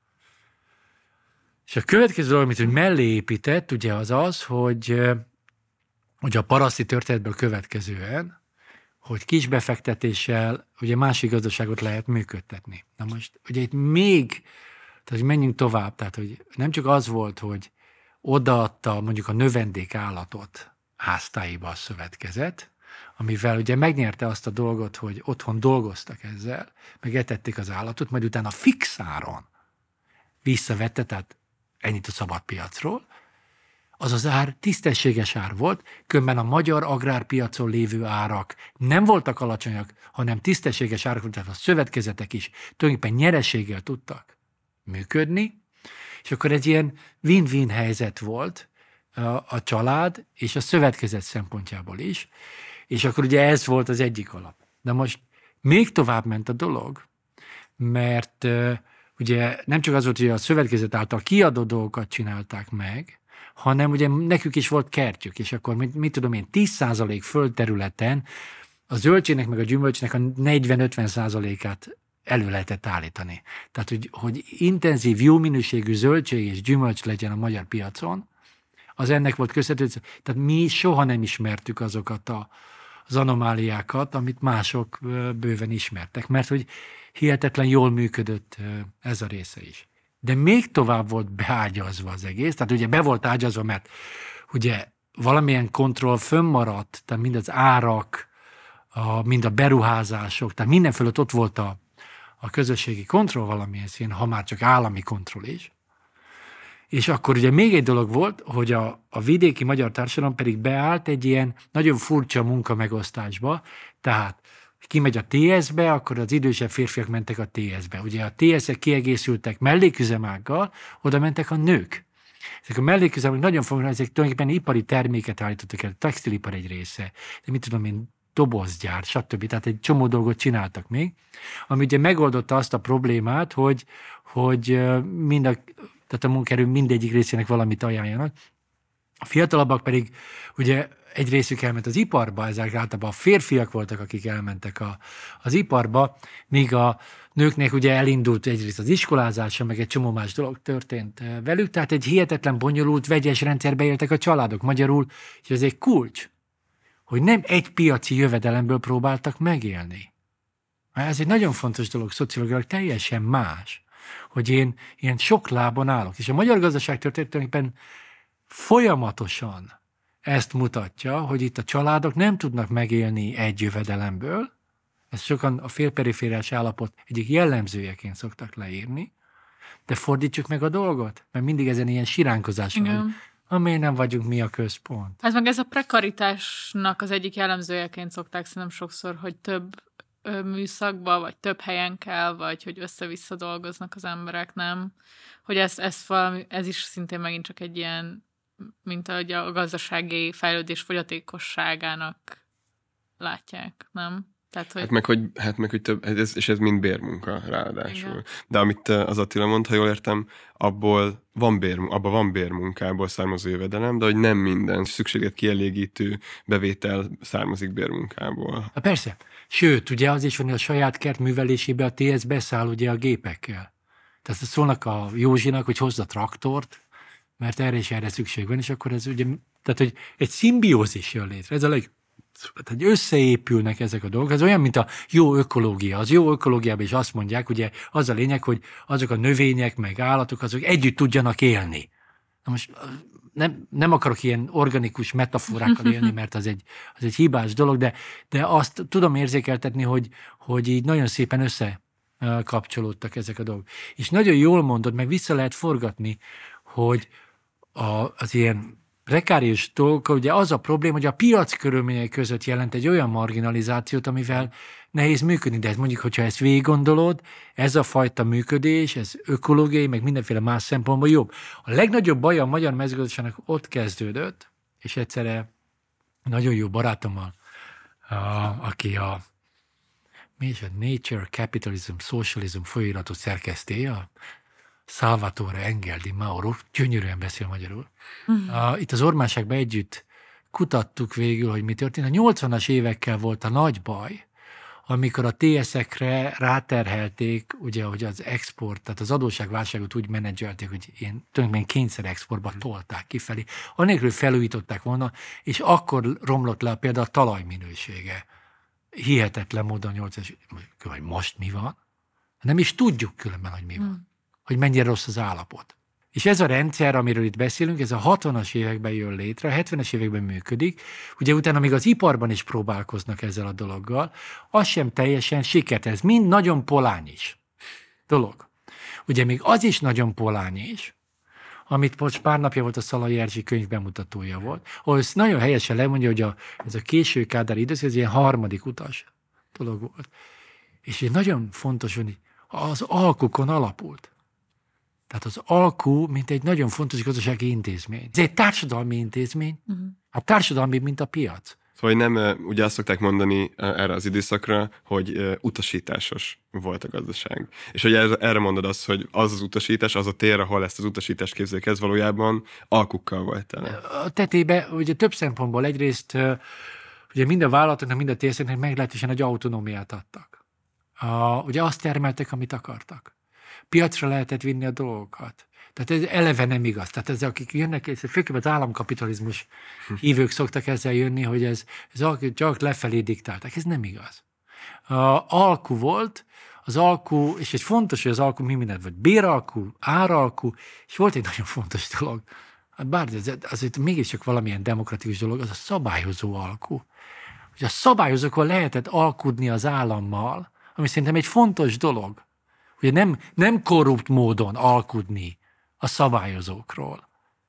És a következő dolog, amit mellé épített, ugye az az, hogy, hogy a paraszti történetből következően, hogy kis befektetéssel ugye másik gazdaságot lehet működtetni. Na most ugye itt még, tehát hogy menjünk tovább, tehát hogy nem csak az volt, hogy odaadta mondjuk a növendékállatot háztáiba a szövetkezet, amivel ugye megnyerte azt a dolgot, hogy otthon dolgoztak ezzel, meg etették az állatot, majd utána fix áron visszavette, tehát ennyit a szabadpiacról, az az ár tisztességes ár volt, különben a magyar agrárpiacon lévő árak nem voltak alacsonyak, hanem tisztességes árak, tehát a szövetkezetek is tulajdonképpen nyereséggel tudtak működni, és akkor egy ilyen win-win helyzet volt a, a család és a szövetkezet szempontjából is, és akkor ugye ez volt az egyik alap. De most még tovább ment a dolog, mert uh, ugye nem csak az volt, hogy a szövetkezet által kiadó dolgokat csinálták meg, hanem ugye nekük is volt kertjük, és akkor mit, mit tudom én, tíz százalék földterületen a zöldségnek meg a gyümölcsnek a negyven-ötven százalékát elő lehetett állítani. Tehát, hogy, hogy intenzív, jó minőségű zöldség és gyümölcs legyen a magyar piacon, az ennek volt köszönhető. Tehát mi soha nem ismertük azokat a, az anomáliákat, amit mások bőven ismertek, mert hogy hihetetlen jól működött ez a része is. De még tovább volt beágyazva az egész, tehát ugye be volt ágyazva, mert ugye valamilyen kontroll fönnmaradt, tehát mind az árak, a, mind a beruházások, tehát minden fölött ott volt a, a közösségi kontroll valamilyen szín, ha már csak állami kontroll is. És akkor ugye még egy dolog volt, hogy a, a vidéki magyar társadalom pedig beállt egy ilyen nagyon furcsa munkamegosztásba, tehát kimegy a té es-be, akkor az idősebb férfiak mentek a té es-be. Ugye a té es-ek kiegészültek melléküzemággal, oda mentek a nők. Ezek a melléküzemek nagyon fontos, ezek tulajdonképpen ipari terméket állítottak el, a textilipar egy része, de mit tudom én, dobozgyár, stb. Tehát egy csomó dolgot csináltak még, ami ugye megoldotta azt a problémát, hogy, hogy mind a, tehát a munkaerő mindegyik részének valamit ajánljanak. A fiatalabbak pedig ugye egy részük elment az iparba, ezek általában a férfiak voltak, akik elmentek a, az iparba, míg a nőknek ugye elindult egyrészt az iskolázása, meg egy csomó más dolog történt velük, tehát egy hihetetlen bonyolult, vegyes rendszerbe éltek a családok magyarul, és ez egy kulcs, hogy nem egy piaci jövedelemből próbáltak megélni. Ez egy nagyon fontos dolog, szociológiailag teljesen más, hogy én ilyen sok lábon állok. És a magyar gazdaság történetben folyamatosan ezt mutatja, hogy itt a családok nem tudnak megélni egy jövedelemből, ezt sokan a félperifériás állapot egyik jellemzőjeként szoktak leírni, de fordítsuk meg a dolgot, mert mindig ezen ilyen siránkozás van, amely nem vagyunk mi a központ.
Hát meg ez a prekaritásnak az egyik jellemzőjeként szokták szerintem sokszor, hogy több műszakba, vagy több helyen kell, vagy hogy össze-vissza dolgoznak az emberek, nem? Hogy ez, ez, valami, ez is szintén megint csak egy ilyen, mint ahogy a gazdasági fejlődés fogyatékosságának látják, nem? Tehát, hogy...
Hát meg, hogy, hát meg, hogy több, ez, és ez mind bérmunka ráadásul.
Igen.
De amit az Attila mondta, ha jól értem, abból van bér, abban van bérmunkából származó jövedelem, de hogy nem minden szükséget kielégítő bevétel származik bérmunkából.
Na persze. Sőt, ugye az is van, hogy a saját kert művelésébe a té es beszáll ugye a gépekkel. Tehát szólnak a Józsinak, hogy hozza traktort, mert erre is erre szükség van, és akkor ez ugye, tehát hogy egy szimbiózis jön létre. Ez a leg... Tehát összeépülnek ezek a dolgok. Ez olyan, mint a jó ökológia. Az jó ökológiában is azt mondják, ugye az a lényeg, hogy azok a növények, meg állatok, azok együtt tudjanak élni. Na most nem, nem akarok ilyen organikus metaforákkal élni, mert az egy, az egy hibás dolog, de, de azt tudom érzékeltetni, hogy, hogy így nagyon szépen összekapcsolódtak ezek a dolgok. És nagyon jól mondod, meg vissza lehet forgatni, hogy a, az ilyen prekárius dolgok, ugye az a probléma, hogy a piac körülményei között jelent egy olyan marginalizációt, amivel nehéz működni, de ez mondjuk, hogyha ezt végig gondolod, ez a fajta működés, ez ökológiai, meg mindenféle más szempontból jobb. A legnagyobb baj a magyar mezőgazdaságnak ott kezdődött, és egyszerre nagyon jó barátommal, a, aki a, mi is a Nature, Capitalism, Socialism folyóiratot szerkeszté, a Salvatore Engel di Mauro, gyönyörűen beszél magyarul. Uh, itt az Ormánságban együtt kutattuk végül, hogy mi történt. A nyolcvanas évekkel volt a nagy baj, amikor a té es-ekre ráterhelték, ugye, hogy az export, tehát az adósságválságot úgy menedzselték, hogy ilyen tulajdonképpen kényszer exportba tolták kifelé. Anélkül felújították volna, és akkor romlott le például a talajminősége. Hihetetlen módon nyolcvanas, hogy most mi van? Nem is tudjuk különben, hogy mi van. Hmm. Hogy mennyire rossz az állapot. És ez a rendszer, amiről itt beszélünk, ez a hatvanas években jön létre, a hetvenes években működik, ugye utána még az iparban is próbálkoznak ezzel a dologgal, az sem teljesen sikert, ez mind nagyon polányis dolog. Ugye még az is nagyon polányis, amit most pár napja volt a Szalai Erzsi könyv bemutatója volt, ahol ez nagyon helyesen lemondja, hogy a, ez a késő kádári időszak, ez ilyen harmadik utas dolog volt. És ez nagyon fontos, hogy az alkukon alapult. Tehát az alkú, mint egy nagyon fontos gazdasági intézmény. Ez egy társadalmi intézmény, uh-huh. a társadalmi, mint a piac.
Szóval nem, ugye azt szokták mondani erre az időszakra, hogy utasításos volt a gazdaság. És hogy erre mondod azt, hogy az az utasítás, az a tér, ahol ezt az utasítást képzeljük, ez valójában alkukkal volt tele.
A tetébe ugye több szempontból egyrészt ugye mind a vállalatoknak, mind a té es-eknek meglehetősen nagy autonómiát adtak. A, ugye azt termeltek, amit akartak. Piacra lehetett vinni a dolgokat. Tehát ez eleve nem igaz. Tehát ez, akik jönnek, főképp az államkapitalizmus hívők szoktak ezzel jönni, hogy ez, ez csak lefelé diktálták. Ez nem igaz. A alkú volt, az alkú, és egy fontos, hogy az alkú mi mindent volt. Béralkú, áralkú, és volt egy nagyon fontos dolog. Bár ez azért mégiscsak valamilyen demokratikus dolog, az a szabályozó alkú. Hogy a szabályozókkal lehetett alkudni az állammal, ami szerintem egy fontos dolog. Ugye nem, nem korrupt módon alkudni a szabályozókról.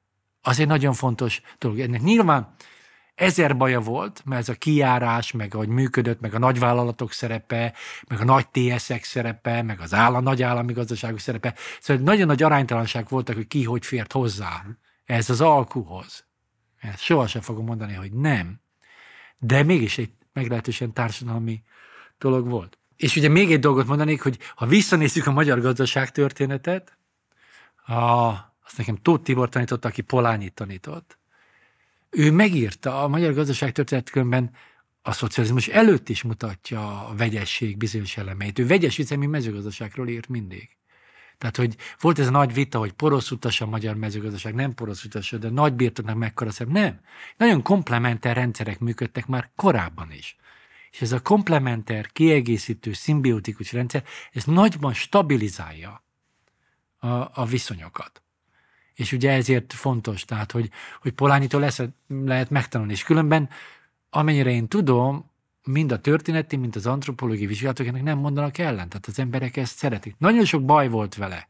Az egy nagyon fontos dolog. Ennek nyilván ezer baja volt, mert ez a kijárás, meg ahogy működött, meg a nagyvállalatok szerepe, meg a nagy té es-ek szerepe, meg az állam, nagy állami gazdaságok szerepe. Szóval nagyon nagy aránytalanság voltak, hogy ki hogy fért hozzá ez az alkuhoz. Ezt sohasem fogom mondani, hogy nem. De mégis egy meglehetősen társadalmi dolog volt. És ugye még egy dolgot mondanék, hogy ha visszanézzük a magyar gazdaság történetet, a, azt nekem Tóth Tibor tanított, aki Polányi tanított, ő megírta a magyar gazdaság történetkönyvben a szocializmus előtt is mutatja a vegyesség bizonyos elemeit. Ő vegyes üzemi mezőgazdaságról írt mindig. Tehát, hogy volt ez a nagy vita, hogy porosz utas a magyar mezőgazdaság, nem porosz utas, de nagy birtoknak mekkora szem. Nem. Nagyon komplementer rendszerek működtek már korábban is. És ez a komplementer, kiegészítő, szimbiotikus rendszer, ez nagyban stabilizálja a, a viszonyokat. És ugye ezért fontos, tehát, hogy, hogy Polányitól lesz, lehet megtanulni. És különben, amennyire én tudom, mind a történeti, mind az antropológiai vizsgálatok ennek nem mondanak ellen. Tehát az emberek ezt szeretik. Nagyon sok baj volt vele.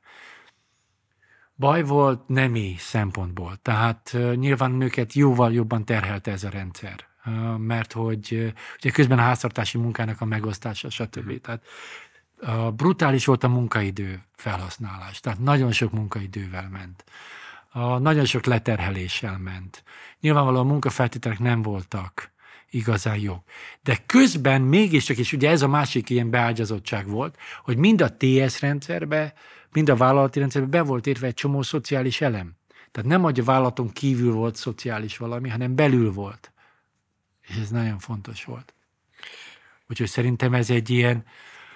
Baj volt nemi szempontból. Tehát uh, nyilván nőket jóval jobban terhelte ez a rendszer. Uh, mert hogy uh, ugye közben a háztartási munkának a megosztása, stb. Tehát uh, brutális volt a munkaidő felhasználás. Tehát nagyon sok munkaidővel ment. Uh, nagyon sok leterheléssel ment. Nyilvánvalóan a munkafeltételek nem voltak igazán jó. De közben mégiscsak, és ugye ez a másik ilyen beágyazottság volt, hogy mind a té es rendszerbe, mind a vállalati rendszerbe be volt értve egy csomó szociális elem. Tehát nem, hogy a vállalaton kívül volt szociális valami, hanem belül volt. És ez nagyon fontos volt. Úgyhogy szerintem ez egy ilyen,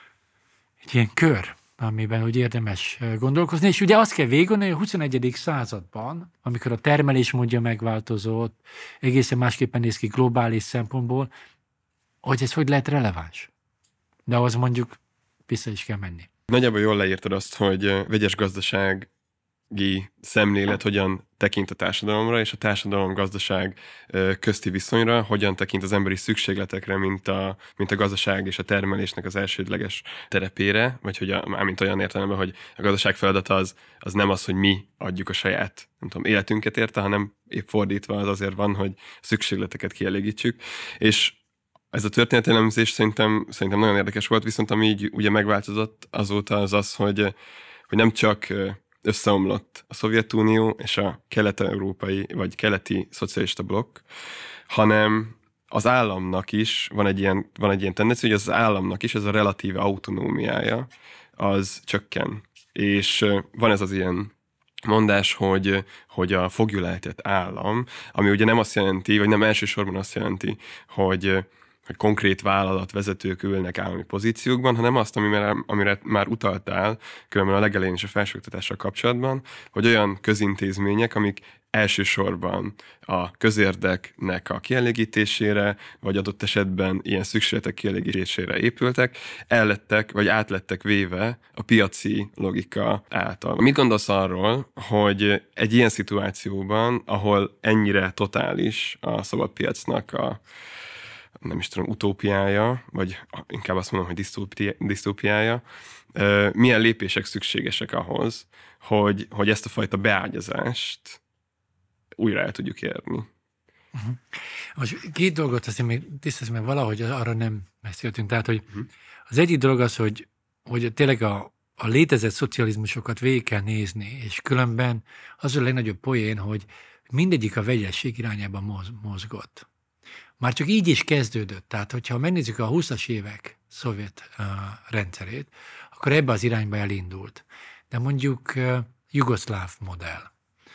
egy ilyen kör, amiben úgy érdemes gondolkozni. És ugye azt kell végigolni, hogy a huszonegyedik században, amikor a termelés módja megváltozott, egészen másképpen néz ki globális szempontból, hogy ez hogy lehet releváns. De ahhoz mondjuk vissza is kell menni.
Nagyjából jól leírtad azt, hogy vegyes gazdasági szemlélet hogyan tekint a társadalomra, és a társadalom-gazdaság közti viszonyra, hogyan tekint az emberi szükségletekre, mint a, mint a gazdaság és a termelésnek az elsődleges terepére, vagy hogy a, mármint olyan értelemben, hogy a gazdaság feladata az, az nem az, hogy mi adjuk a saját, nem tudom, életünket érte, hanem épp fordítva az azért van, hogy a szükségleteket kielégítsük. És ez a történetelemzés szerintem, szerintem nagyon érdekes volt, viszont ami így ugye megváltozott azóta az az, hogy, hogy nem csak összeomlott a Szovjetunió és a kelet-európai vagy keleti szocialista blokk, hanem az államnak is van egy ilyen, van egy ilyen tendencia, hogy az államnak is ez a relatív autonómiája az csökken. És van ez az ilyen mondás, hogy, hogy a foglyulejtett állam, ami ugye nem azt jelenti, vagy nem elsősorban azt jelenti, hogy hogy konkrét vállalatvezetők ülnek állami pozíciókban, hanem azt, amire, amire már utaltál, különben a legelején is a felsőoktatással kapcsolatban, hogy olyan közintézmények, amik elsősorban a közérdeknek a kielégítésére, vagy adott esetben ilyen szükségletek kielégítésére épültek, ellettek, vagy átlettek véve a piaci logika által. Mit gondolsz arról, hogy egy ilyen szituációban, ahol ennyire totális a szabadpiacnak a nem is tudom, utópiája, vagy inkább azt mondom, hogy disztópiája, milyen lépések szükségesek ahhoz, hogy, hogy ezt a fajta beágyazást újra el tudjuk érni.
Uh-huh. Most két dolgot azért még tisztázom, mert valahogy arra nem beszéltünk. Tehát, hogy uh-huh. az egyik dolog az, hogy, hogy tényleg a, a létezett szocializmusokat végig kell nézni, és különben az a legnagyobb poén, hogy mindegyik a vegyesség irányában moz, mozgott. Már csak így is kezdődött. Tehát, hogyha megnézzük a húszas évek szovjet uh, rendszerét, akkor ebbe az irányba elindult. De mondjuk uh, jugoszláv modell,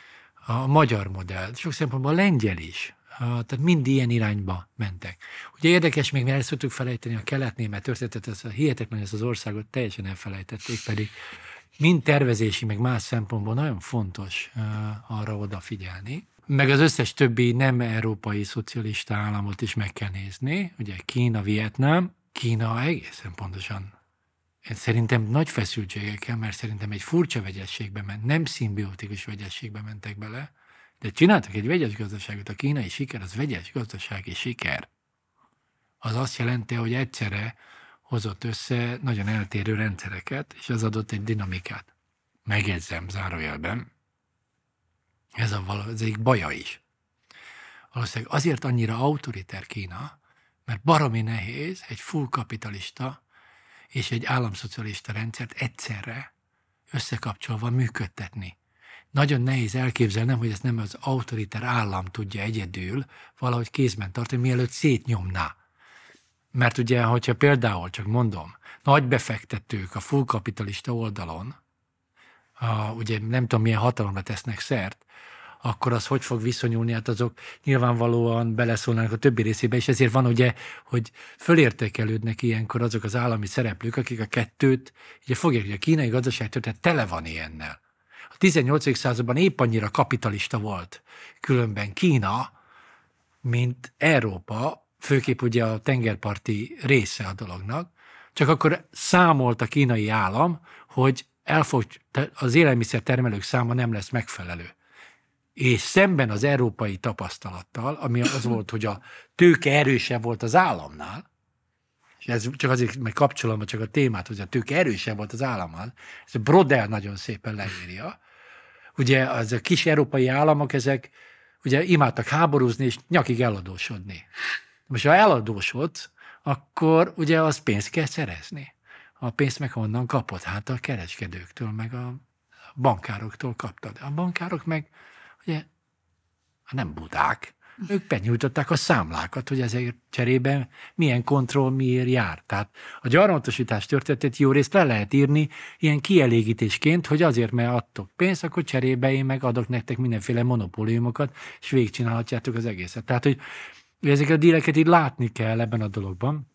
a magyar modell, sok szempontból a lengyel is, uh, tehát mind ilyen irányba mentek. Ugye érdekes, még mert el szoktuk felejteni a kelet-német történetet, ez a hihetetlen, ezt az országot teljesen elfelejtették, pedig mind tervezési, meg más szempontból nagyon fontos uh, arra odafigyelni. Meg az összes többi nem európai szocialista államot is meg kell nézni, ugye Kína, Vietnám. Kína egészen pontosan, szerintem nagy feszültségekkel, mert szerintem egy furcsa vegyességbe ment, nem szimbiotikus vegyességbe mentek bele, de csináltak egy vegyes gazdaságot. A kínai siker az vegyes gazdasági siker. Az azt jelenti, hogy egyszerre hozott össze nagyon eltérő rendszereket, és az adott egy dinamikát. Megjegyzem zárójelben, ez a ez egyik baja is. Valószínűleg azért annyira autoriter Kína, mert baromi nehéz egy full kapitalista és egy államszocialista rendszert egyszerre összekapcsolva működtetni. Nagyon nehéz elképzelnem, hogy ezt nem az autoriter állam tudja egyedül valahogy kézben tartani, mielőtt szétnyomná. Mert ugye, hogyha például, csak mondom, nagy befektetők a full kapitalista oldalon, a, ugye nem tudom milyen hatalomra tesznek szert, akkor az hogy fog viszonyulni, hát azok nyilvánvalóan beleszólnak a többi részébe, és ezért van ugye, hogy fölértékelődnek ilyenkor azok az állami szereplők, akik a kettőt, ugye fogják, hogy a kínai gazdaság történet tele van ilyennel. A tizennyolcadik században épp annyira kapitalista volt különben Kína, mint Európa, főképp ugye a tengerparti része a dolognak, csak akkor számolt a kínai állam, hogy elfog, az élelmiszer termelők száma nem lesz megfelelő. És szemben az európai tapasztalattal, ami az volt, hogy a tőke erősebb volt az államnál, és ez csak azért, mert kapcsolom csak a témát, hogy a tőke erősebb volt az államnál, ez Brodel nagyon szépen leírja. Ugye az a kis európai államok, ezek ugye imádtak háborúzni és nyakig eladósodni. Most ha eladósodsz, akkor ugye az pénzt kell szerezni. A pénzt meg honnan kapod? Hát a kereskedőktől, meg a bankároktól kaptad. A bankárok meg ugye nem budák. Ők benyújtották a számlákat, hogy ezért cserében milyen kontroll miért jár. Tehát a gyarmatosítás történetét jó részt le lehet írni ilyen kielégítésként, hogy azért, mert adtok pénzt, akkor cserébe én meg adok nektek mindenféle monopóliumokat, és végigcsinálhatjátok az egészet. Tehát, hogy ezeket a díleket így látni kell ebben a dologban.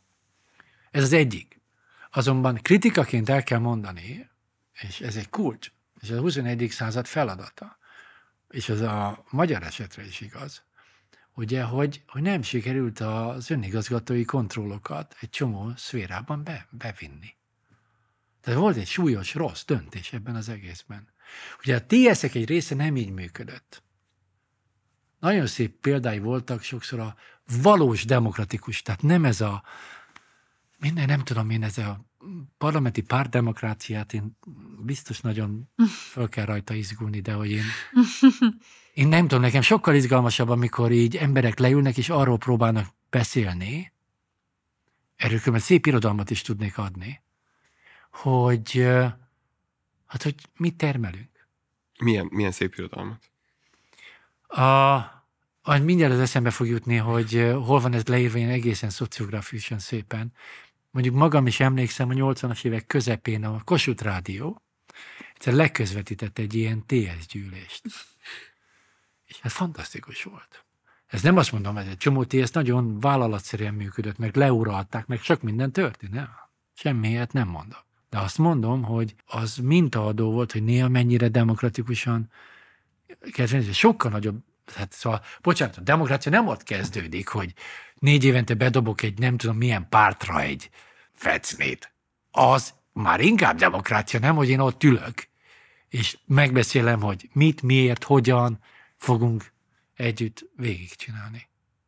Ez az egyik. Azonban kritikaként el kell mondani, és ez egy kulcs, és a huszonegyedik század feladata, és az a magyar esetre is igaz, ugye, hogy, hogy nem sikerült az önigazgatói kontrollokat egy csomó szférában be, bevinni. Tehát volt egy súlyos, rossz döntés ebben az egészben. Ugye a té eszek egy része nem így működött. Nagyon szép példái voltak sokszor a valós demokratikus, tehát nem ez a, minden, nem tudom én, ez a parlamenti pártdemokráciát én biztos nagyon föl kell rajta izgulni, de hogy én, én nem tudom, nekem sokkal izgalmasabb, amikor így emberek leülnek és arról próbálnak beszélni, erről különben szép irodalmat is tudnék adni, hogy hát, hogy mit termelünk.
Milyen, milyen szép irodalmat?
A, a, mindjárt az eszembe fog jutni, hogy hol van ez leírva ilyen egészen szociográfikusan szépen. Mondjuk magam is emlékszem, a nyolcvanas évek közepén a Kossuth Rádió egyszer leközvetített egy ilyen té es gyűlést. És ez fantasztikus volt. Ez nem azt mondom, ez egy csomó té es nagyon vállalatszerűen működött, meg leuralták, meg sok minden történt, nem? Semmiért nem mondok. De azt mondom, hogy az mintaadó volt, hogy néha mennyire demokratikusan kezdeni, sokkal nagyobb, hát szóval, bocsánat, a demokrácia nem ott kezdődik, hogy négy évente bedobok egy nem tudom milyen pártra egy fecnét. Az már inkább demokrácia, nem, hogy én ott ülök, és megbeszélem, hogy mit, miért, hogyan fogunk együtt végigcsinálni.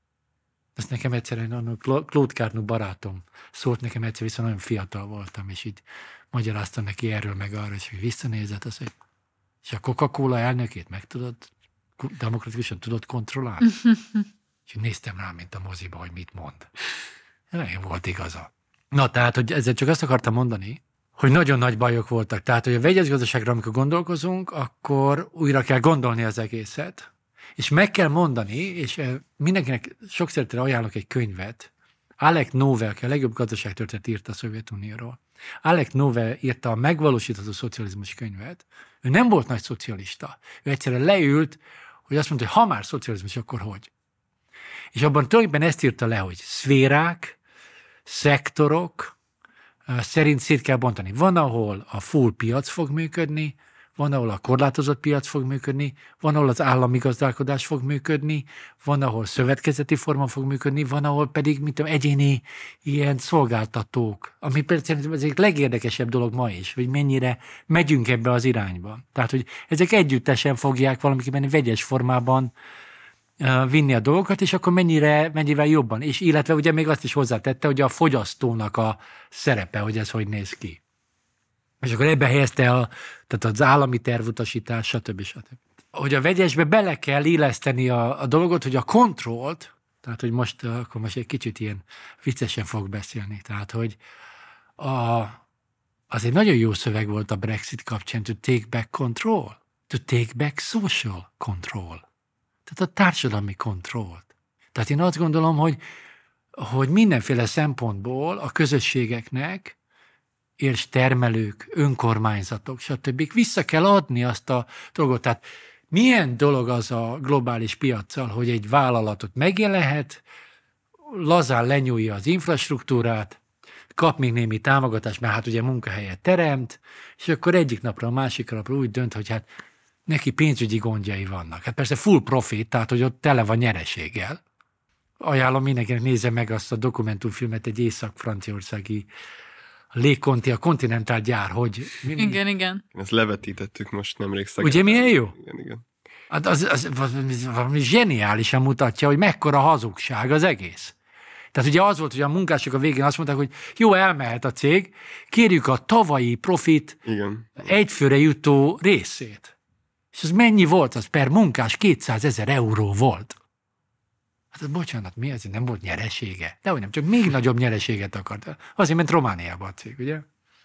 Ezt nekem egyszerűen a Claude Carnot barátom szólt nekem egyszer, viszont nagyon fiatal voltam, és így magyaráztam neki erről meg arra, és hogy visszanézett, az, hogy és a Coca-Cola elnökét meg tudod, demokratikusan tudod kontrollálni? És néztem rá, mint a moziba, hogy mit mond. Nagyon volt igaza. Na, tehát, hogy ezzel csak azt akartam mondani, hogy nagyon nagy bajok voltak. Tehát, hogy a vegyes gazdaságra, amikor gondolkozunk, akkor újra kell gondolni az egészet, és meg kell mondani, és mindenkinek sok szeretettel ajánlok egy könyvet. Alec Novel, aki a legjobb gazdaságtörténet írta a Szovjetunióról. Alec Novel írta a Megvalósítható szocializmus könyvet. Ő nem volt nagy szocialista. Ő egyszerűen leült, hogy azt mondta, hogy ha már szocializmus, akkor hogy? És abban tulajdonképpen ezt írta le, hogy szférák, szektorok szerint szét kell bontani. Van, ahol a full piac fog működni, van, ahol a korlátozott piac fog működni, van, ahol az állami gazdálkodás fog működni, van, ahol szövetkezeti forma fog működni, van, ahol pedig, mint tudom, egyéni ilyen szolgáltatók, ami például ez egy legérdekesebb dolog ma is, hogy mennyire megyünk ebbe az irányba. Tehát, hogy ezek együttesen fogják valamiképpen vegyes formában vinni a dolgokat, és akkor mennyire, mennyivel jobban. És illetve ugye még azt is hozzátette, hogy a fogyasztónak a szerepe, hogy ez hogy néz ki. És akkor ebbe helyezte a, tehát az állami tervutasítás, stb. stb. Hogy a vegyesbe bele kell illeszteni a, a dolgot, hogy a kontrollt, tehát hogy most, akkor most egy kicsit ilyen viccesen fog beszélni, tehát hogy a, az egy nagyon jó szöveg volt a Brexit kapcsán, to take back control, to take back social control. Tehát a társadalmi kontrollt. Tehát én azt gondolom, hogy hogy mindenféle szempontból a közösségeknek és termelők, önkormányzatok, stb. Vissza kell adni azt a dolgot. Tehát milyen dolog az a globális piaccal, hogy egy vállalatot megjelenhet, lazán lenyúlja az infrastruktúrát, kap még némi támogatást, mert hát ugye munkahelyet teremt, és akkor egyik napra a másik napra úgy dönt, hogy hát neki pénzügyi gondjai vannak. Hát persze full profit, tehát hogy ott tele van nyereséggel. Ajánlom mindenkinek, nézze meg azt a dokumentumfilmet, egy észak-franciaországi Légkonti, a Continental gyár, hogy...
Igen, igen.
Ezt levetítettük most nemrég Szegeden.
Ugye milyen jó?
Igen, igen.
Hát az, az, az valami zseniálisan mutatja, hogy mekkora hazugság az egész. Tehát ugye az volt, hogy a munkások a végén azt mondták, hogy jó, elmehet a cég, kérjük a tavalyi profit
Igen.
egyfőre jutó részét. És az mennyi volt? Az per munkás kétszázezer euró volt. Hát bocsánat, mi ez? Nem volt nyeresége? Dehogy nem, csak még nagyobb nyereséget akart. Azért ment Romániába a cég, ugye?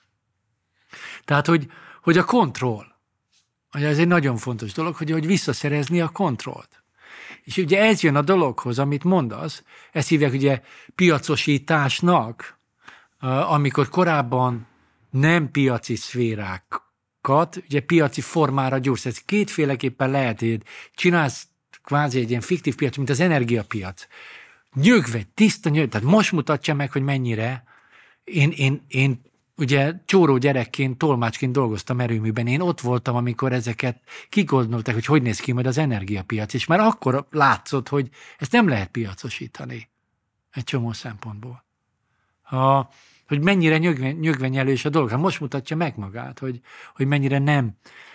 Tehát, hogy, hogy a kontroll, ugye ez egy nagyon fontos dolog, hogy, hogy visszaszerezni a kontrollt. És ugye ez jön a dologhoz, amit mondasz, ezt hívják ugye piacosításnak, amikor korábban nem piaci szférákat, ugye piaci formára gyúrsz. Ez kétféleképpen lehet, hogy csinálsz kvázi egy ilyen fiktív piac, mint az energiapiac. Nyögve, tiszta nyögve, tehát most mutatja meg, hogy mennyire én, én, én ugye csóró gyerekként, tolmácsként dolgoztam erőműben, én ott voltam, amikor ezeket kigondolták, hogy hogy néz ki majd az energiapiac, és már akkor látszott, hogy ezt nem lehet piacosítani egy csomó szempontból. A, hogy mennyire nyögve, nyögvenyelős a dolog. Hát most mutatja meg magát, hogy, hogy mennyire nem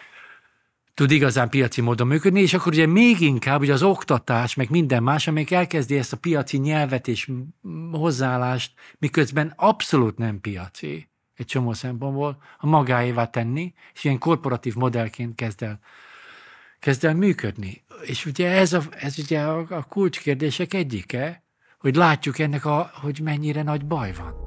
tud igazán piaci módon működni, és akkor ugye még inkább ugye az oktatás, meg minden más, amelyik elkezdi ezt a piaci nyelvet és hozzáállást, miközben abszolút nem piaci egy csomó szempontból, a magáévá tenni, és ilyen korporatív modellként kezd el, kezd el működni. És ugye ez, a, ez ugye a, a kulcskérdések egyike, hogy látjuk ennek, a, hogy mennyire nagy baj van.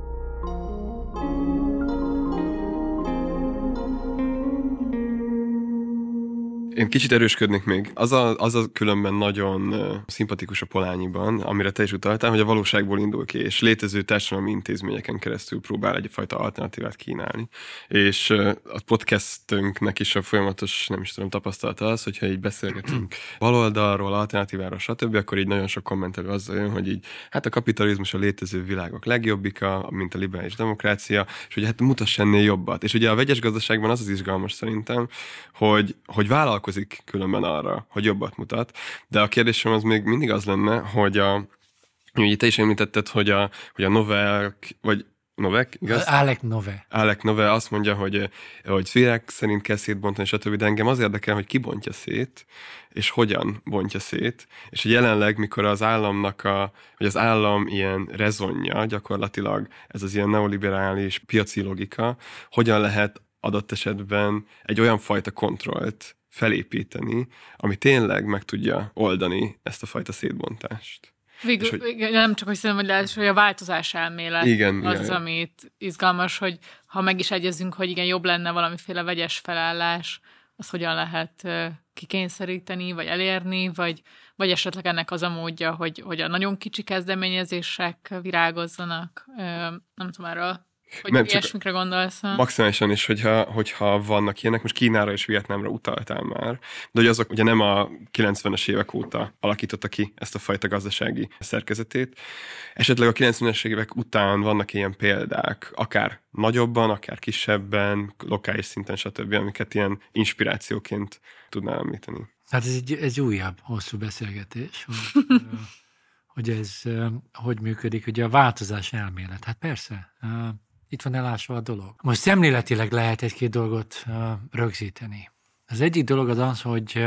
Én kicsit erősködnék még. Az a, az a különben nagyon uh, szimpatikus a Polányiban, amire te is utaltál, hogy a valóságból indul ki, és létező társadalmi intézményeken keresztül próbál egyfajta alternatívát kínálni. És uh, a podcastünknek is a folyamatos, nem is tudom, tapasztalata az, hogyha így beszélgetünk baloldalról, alternatíváról, stb., akkor így nagyon sok kommentelő azzal jön, hogy így, hát a kapitalizmus a létező világok legjobbika, mint a liberális demokrácia, és hogy hát mutass ennél jobbat. És ugye a vegyes gazdaságban az az izgalmas szerintem, hogy, hogy vállal különben arra, hogy jobbat mutat. De a kérdésem az még mindig az lenne, hogy a, ugye te is említetted, hogy a, hogy a Novák, vagy Novák, igaz?
Alec Nove.
Alec Nove azt mondja, hogy, hogy szférák szerint kell szétbontani, stb. De engem az érdekel, hogy ki bontja szét, és hogyan bontja szét, és hogy jelenleg, mikor az államnak a, vagy az állam ilyen rezonja, gyakorlatilag ez az ilyen neoliberális piaci logika, hogyan lehet adott esetben egy olyan fajta kontrollt felépíteni, ami tényleg meg tudja oldani ezt a fajta szétbontást.
Végül, hogy, végül nem csak, hogy szerintem, hogy lehet, hogy a változás elmélet
igen,
az,
igen,
az, amit izgalmas, hogy ha meg is egyezünk, hogy igen, jobb lenne valamiféle vegyes felállás, az hogyan lehet kikényszeríteni, vagy elérni, vagy, vagy esetleg ennek az a módja, hogy, hogy a nagyon kicsi kezdeményezések virágozzanak. Nem tudom erről, hogy nem, ilyesmikre gondolsz.
Maximálisan is, hogyha, hogyha vannak ilyenek, most Kínára és Vietnámra utaltál már, de hogy azok ugye nem a kilencvenes évek óta alakította ki ezt a fajta gazdasági szerkezetét. Esetleg a kilencvenes évek után vannak ilyen példák, akár nagyobban, akár kisebben, lokális szinten, stb., amiket ilyen inspirációként tudnál említeni.
Hát ez egy, egy újabb, hosszú beszélgetés, hogy, hogy ez hogy működik, ugye a változás elmélet. Hát persze, itt van elásva a dolog. Most szemléletileg lehet egy-két dolgot uh, rögzíteni. Az egyik dolog az az, hogy uh,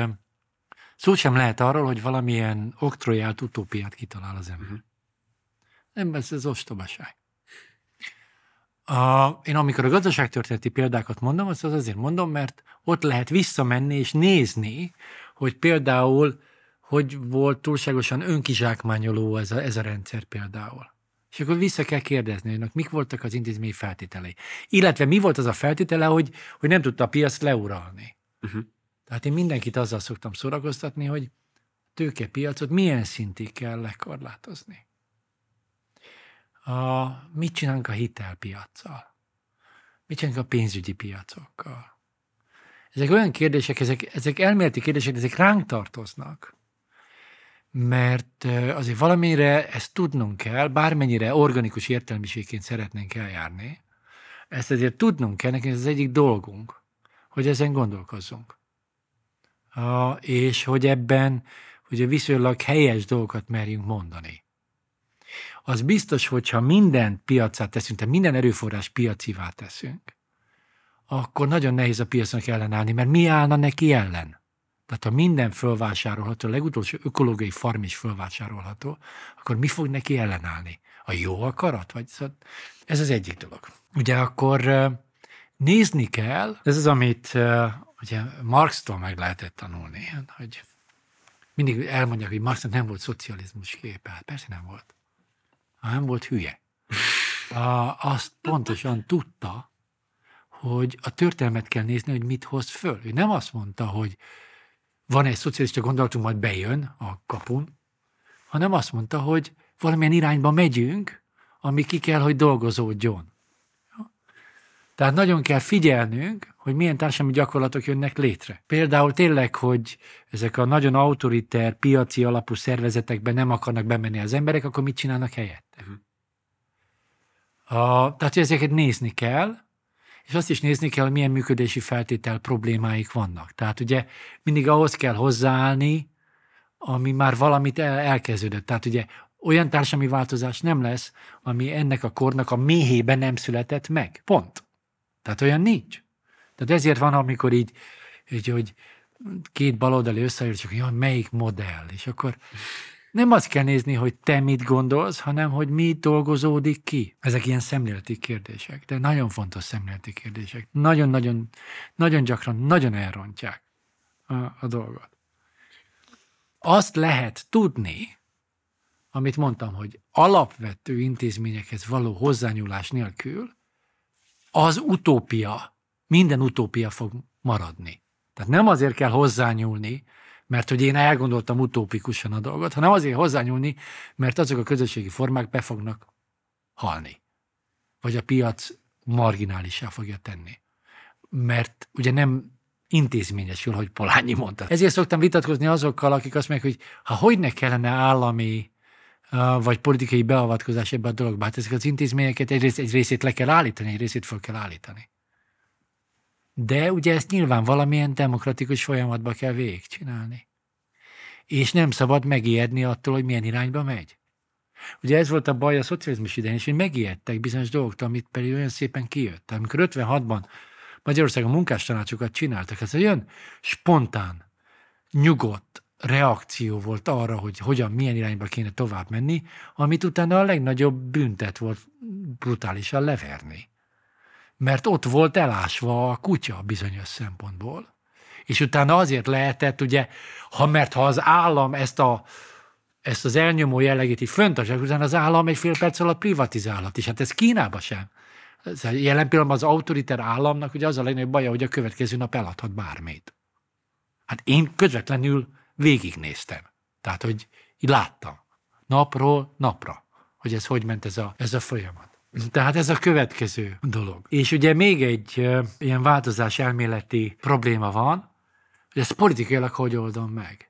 szó sem lehet arról, hogy valamilyen oktrojált utópiát kitalál az ember. Uh-huh. Nem, ez az ostobaság. Uh, én amikor a gazdaságtörténeti példákat mondom, azt az azért mondom, mert ott lehet visszamenni és nézni, hogy például, hogy volt túlságosan önkizsákmányoló ez a, ez a rendszer például. És akkor vissza kell kérdezni, hogy mik voltak az intézmény feltételei. Illetve mi volt az a feltétele, hogy, hogy nem tudta a piac leuralni. Uh-huh. Tehát én mindenkit azzal szoktam szórakoztatni, hogy tőkepiacot milyen szintig kell lekorlátozni. A, mit csinálunk a hitelpiaccal? Mit csinálunk a pénzügyi piacokkal? Ezek olyan kérdések, ezek, ezek elméleti kérdések, ezek ránk tartoznak. Mert azért valamire ezt tudnunk kell, bármennyire organikus értelmiségként szeretnénk eljárni, ezt azért tudnunk kell, nekünk ez az egyik dolgunk, hogy ezen gondolkozzunk. A, és hogy ebben ugye viszonylag helyes dolgokat merjünk mondani. Az biztos, hogyha minden piacát teszünk, tehát minden erőforrás piacivá teszünk, akkor nagyon nehéz a piacnak ellenállni, mert mi állna neki ellen? Tehát ha minden fölvásárolható, a legutolsó ökológiai farm is fölvásárolható, akkor mi fog neki ellenállni? A jó akarat? Vagy ez az egyik dolog. Ugye akkor nézni kell, ez az, amit ugye Marxtól meg lehetett tanulni, hogy mindig elmondják, hogy Marxnak nem volt szocializmus képe. Hát persze nem volt. Nem volt hülye. Azt pontosan tudta, hogy a történelmet kell nézni, hogy mit hoz föl. Ő nem azt mondta, hogy van egy szocialista gondolatunk, majd bejön a kapun, hanem azt mondta, hogy valamilyen irányba megyünk, ami ki kell, hogy dolgozódjon. Tehát nagyon kell figyelnünk, hogy milyen társadalmi gyakorlatok jönnek létre. Például tényleg, hogy ezek a nagyon autoriter, piaci alapú szervezetekben nem akarnak bemenni az emberek, akkor mit csinálnak helyette? Uh-huh. A, tehát ezeket nézni kell, és azt is nézni kell, hogy milyen működési feltétel problémáik vannak. Tehát ugye mindig ahhoz kell hozzáállni, ami már valamit el, elkezdődött. Tehát ugye olyan társadalmi változás nem lesz, ami ennek a kornak a méhében nem született meg. Pont. Tehát olyan nincs. Tehát ezért van, amikor így, így hogy két baloldali összeáll, csak hogy melyik modell. És akkor nem azt kell nézni, hogy te mit gondolsz, hanem hogy mi dolgozódik ki. Ezek ilyen szemléleti kérdések, de nagyon fontos szemléleti kérdések. Nagyon-nagyon, nagyon gyakran, nagyon elrontják a, a dolgot. Azt lehet tudni, amit mondtam, hogy alapvető intézményekhez való hozzányúlás nélkül az utópia, minden utópia fog maradni. Tehát nem azért kell hozzányúlni, mert hogy én elgondoltam utópikusan a dolgot, hanem azért hozzányúlni, mert azok a közösségi formák be fognak halni. Vagy a piac marginálissá fogja tenni. Mert ugye nem intézményesül, hogy Polanyi mondta. Ezért szoktam vitatkozni azokkal, akik azt mondják, hogy ha hogyne kellene állami vagy politikai beavatkozás ebbe a dologba, hát ezek az intézményeket egy, rész, egy részét le kell állítani, egy részét fel kell állítani. De ugye ezt nyilván valamilyen demokratikus folyamatba kell végigcsinálni. És nem szabad megijedni attól, hogy milyen irányba megy. Ugye ez volt a baj a szocializmus idején is, hogy megijedtek bizonyos dolgoktól, amit pedig olyan szépen kijött. Tehát amikor ötvenhatban Magyarországon munkástanácsokat csináltak, ez olyan spontán, nyugodt reakció volt arra, hogy hogyan, milyen irányba kéne tovább menni, amit utána a legnagyobb büntet volt brutálisan leverni. Mert ott volt elásva a kutya bizonyos szempontból. És utána azért lehetett, ugye, ha, mert ha az állam ezt, a, ezt az elnyomó jellegét így föntartják, utána az állam egy fél perc alatt privatizálhat. És hát ez Kínában sem. Jelen pillanatban az autoriter államnak ugye az a legnagyobb baja, hogy a következő nap eladhat bármit. Hát én közvetlenül végignéztem. Tehát, hogy így láttam. Napról napra, hogy ez hogy ment ez a, ez a folyamat. Tehát ez a következő dolog. És ugye még egy uh, ilyen változás elméleti probléma van, hogy ezt politikailag hogy oldom meg.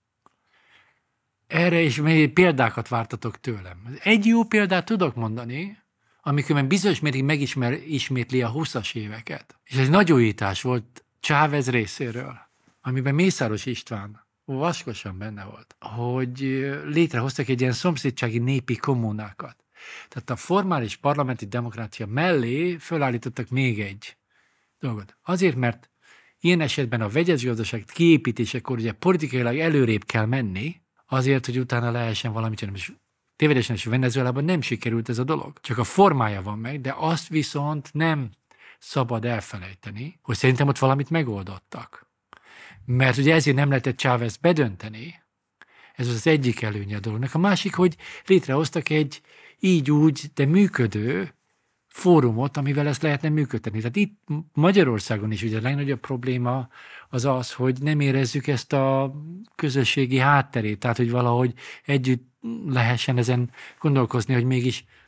Erre is még példákat vártatok tőlem. Egy jó példát tudok mondani, amikor bizonyos mértékig megismétli a húszas éveket. És ez nagy újítás volt Chávez részéről, amiben Mészáros István vaskosan benne volt, hogy létrehoztak egy ilyen szomszédsági népi kommunákat. Tehát a formális parlamenti demokrácia mellé fölállítottak még egy dolgot. Azért, mert ilyen esetben a vegyes gazdaság kiépítésekor ugye politikailag előrébb kell menni, azért, hogy utána lehessen valamit csinálni. És tévedésen is Venezuelában nem sikerült ez a dolog. Csak a formája van meg, de azt viszont nem szabad elfelejteni, hogy szerintem ott valamit megoldottak. Mert ugye ezért nem lehetett Chávez bedönteni, ez az egyik előnye a dolognak. A másik, hogy létrehoztak egy így úgy, de működő fórumot, amivel ezt lehetne működtetni. Tehát itt Magyarországon is ugye a legnagyobb probléma az az, hogy nem érezzük ezt a közösségi hátterét, tehát hogy valahogy együtt lehessen ezen gondolkozni, hogy mégis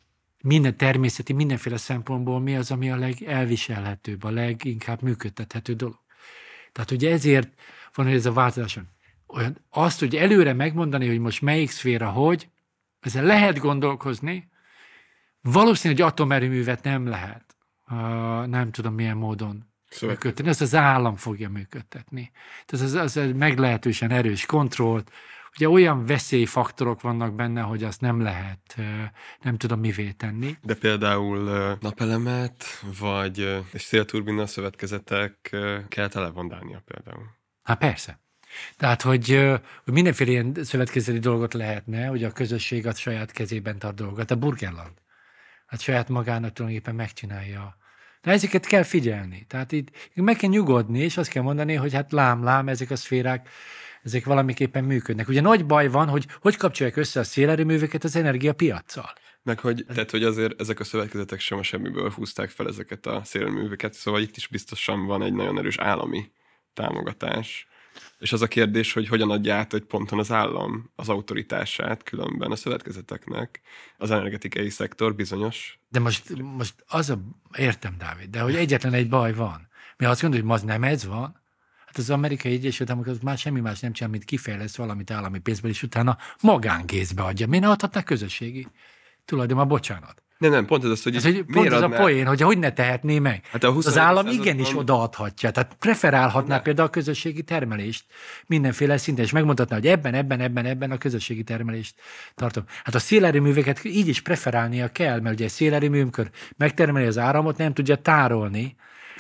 minden természeti, mindenféle szempontból mi az, ami a legelviselhetőbb, a leginkább működtethető dolog. Tehát ugye ezért van, hogy ez a változáson. Olyan, azt, hogy előre megmondani, hogy most melyik szféra hogy, ezzel lehet gondolkozni, valószínű, hogy atomerőművet nem lehet, uh, nem tudom milyen módon szóval. működtetni, azt az állam fogja működtetni. Tehát az, az, az meglehetősen erős kontrollt, ugye olyan veszélyfaktorok vannak benne, hogy azt nem lehet, nem tudom mivé tenni.
De például napelemet, vagy és szélturbina szövetkezetek kell televondálnia például.
Hát persze. Tehát, hogy, hogy mindenféle ilyen szövetkezeti dolgot lehetne, hogy a közösség a saját kezében tart dolgokat. A Burgenland. Hát saját magának tulajdonképpen megcsinálja. De ezeket kell figyelni. Tehát itt meg kell nyugodni, és azt kell mondani, hogy hát lám-lám, ezek a szférák, ezek valamiképpen működnek. Ugye nagy baj van, hogy hogy kapcsolják össze a szélerőműveket az energiapiaccal.
Meg hogy, tehát, hogy azért ezek a szövetkezetek sem a semmiből húzták fel ezeket a szélerőműveket, szóval itt is biztosan van egy nagyon erős állami támogatás. És az a kérdés, hogy hogyan adja át egy ponton az állam az autoritását különben a szövetkezeteknek. Az energetikai szektor bizonyos.
De most, most az a... Értem, Dávid, de hogy egyetlen egy baj van. Mi azt gondoljuk, hogy az nem ez van, hát az Amerikai Egyesült Államok már semmi más nem csinál, mint kifejleszt valamit állami pénzből, és utána magánkézbe adja. Miért ne adhatná közösségi tulajdonban, bocsánat.
Nem, nem, pont ez az, hogy,
ez, hogy pont az a poén, hogy hogy ne tehetné meg. Hát az állam igenis odaadhatja, tehát preferálhatná ne. például a közösségi termelést mindenféle szinten, és megmondhatná, hogy ebben, ebben, ebben, ebben a közösségi termelést tartom. Hát a szélerőműveket így is preferálnia kell, mert ugye a szélerőmű, amikor megtermeli az áramot, nem tudja tárolni,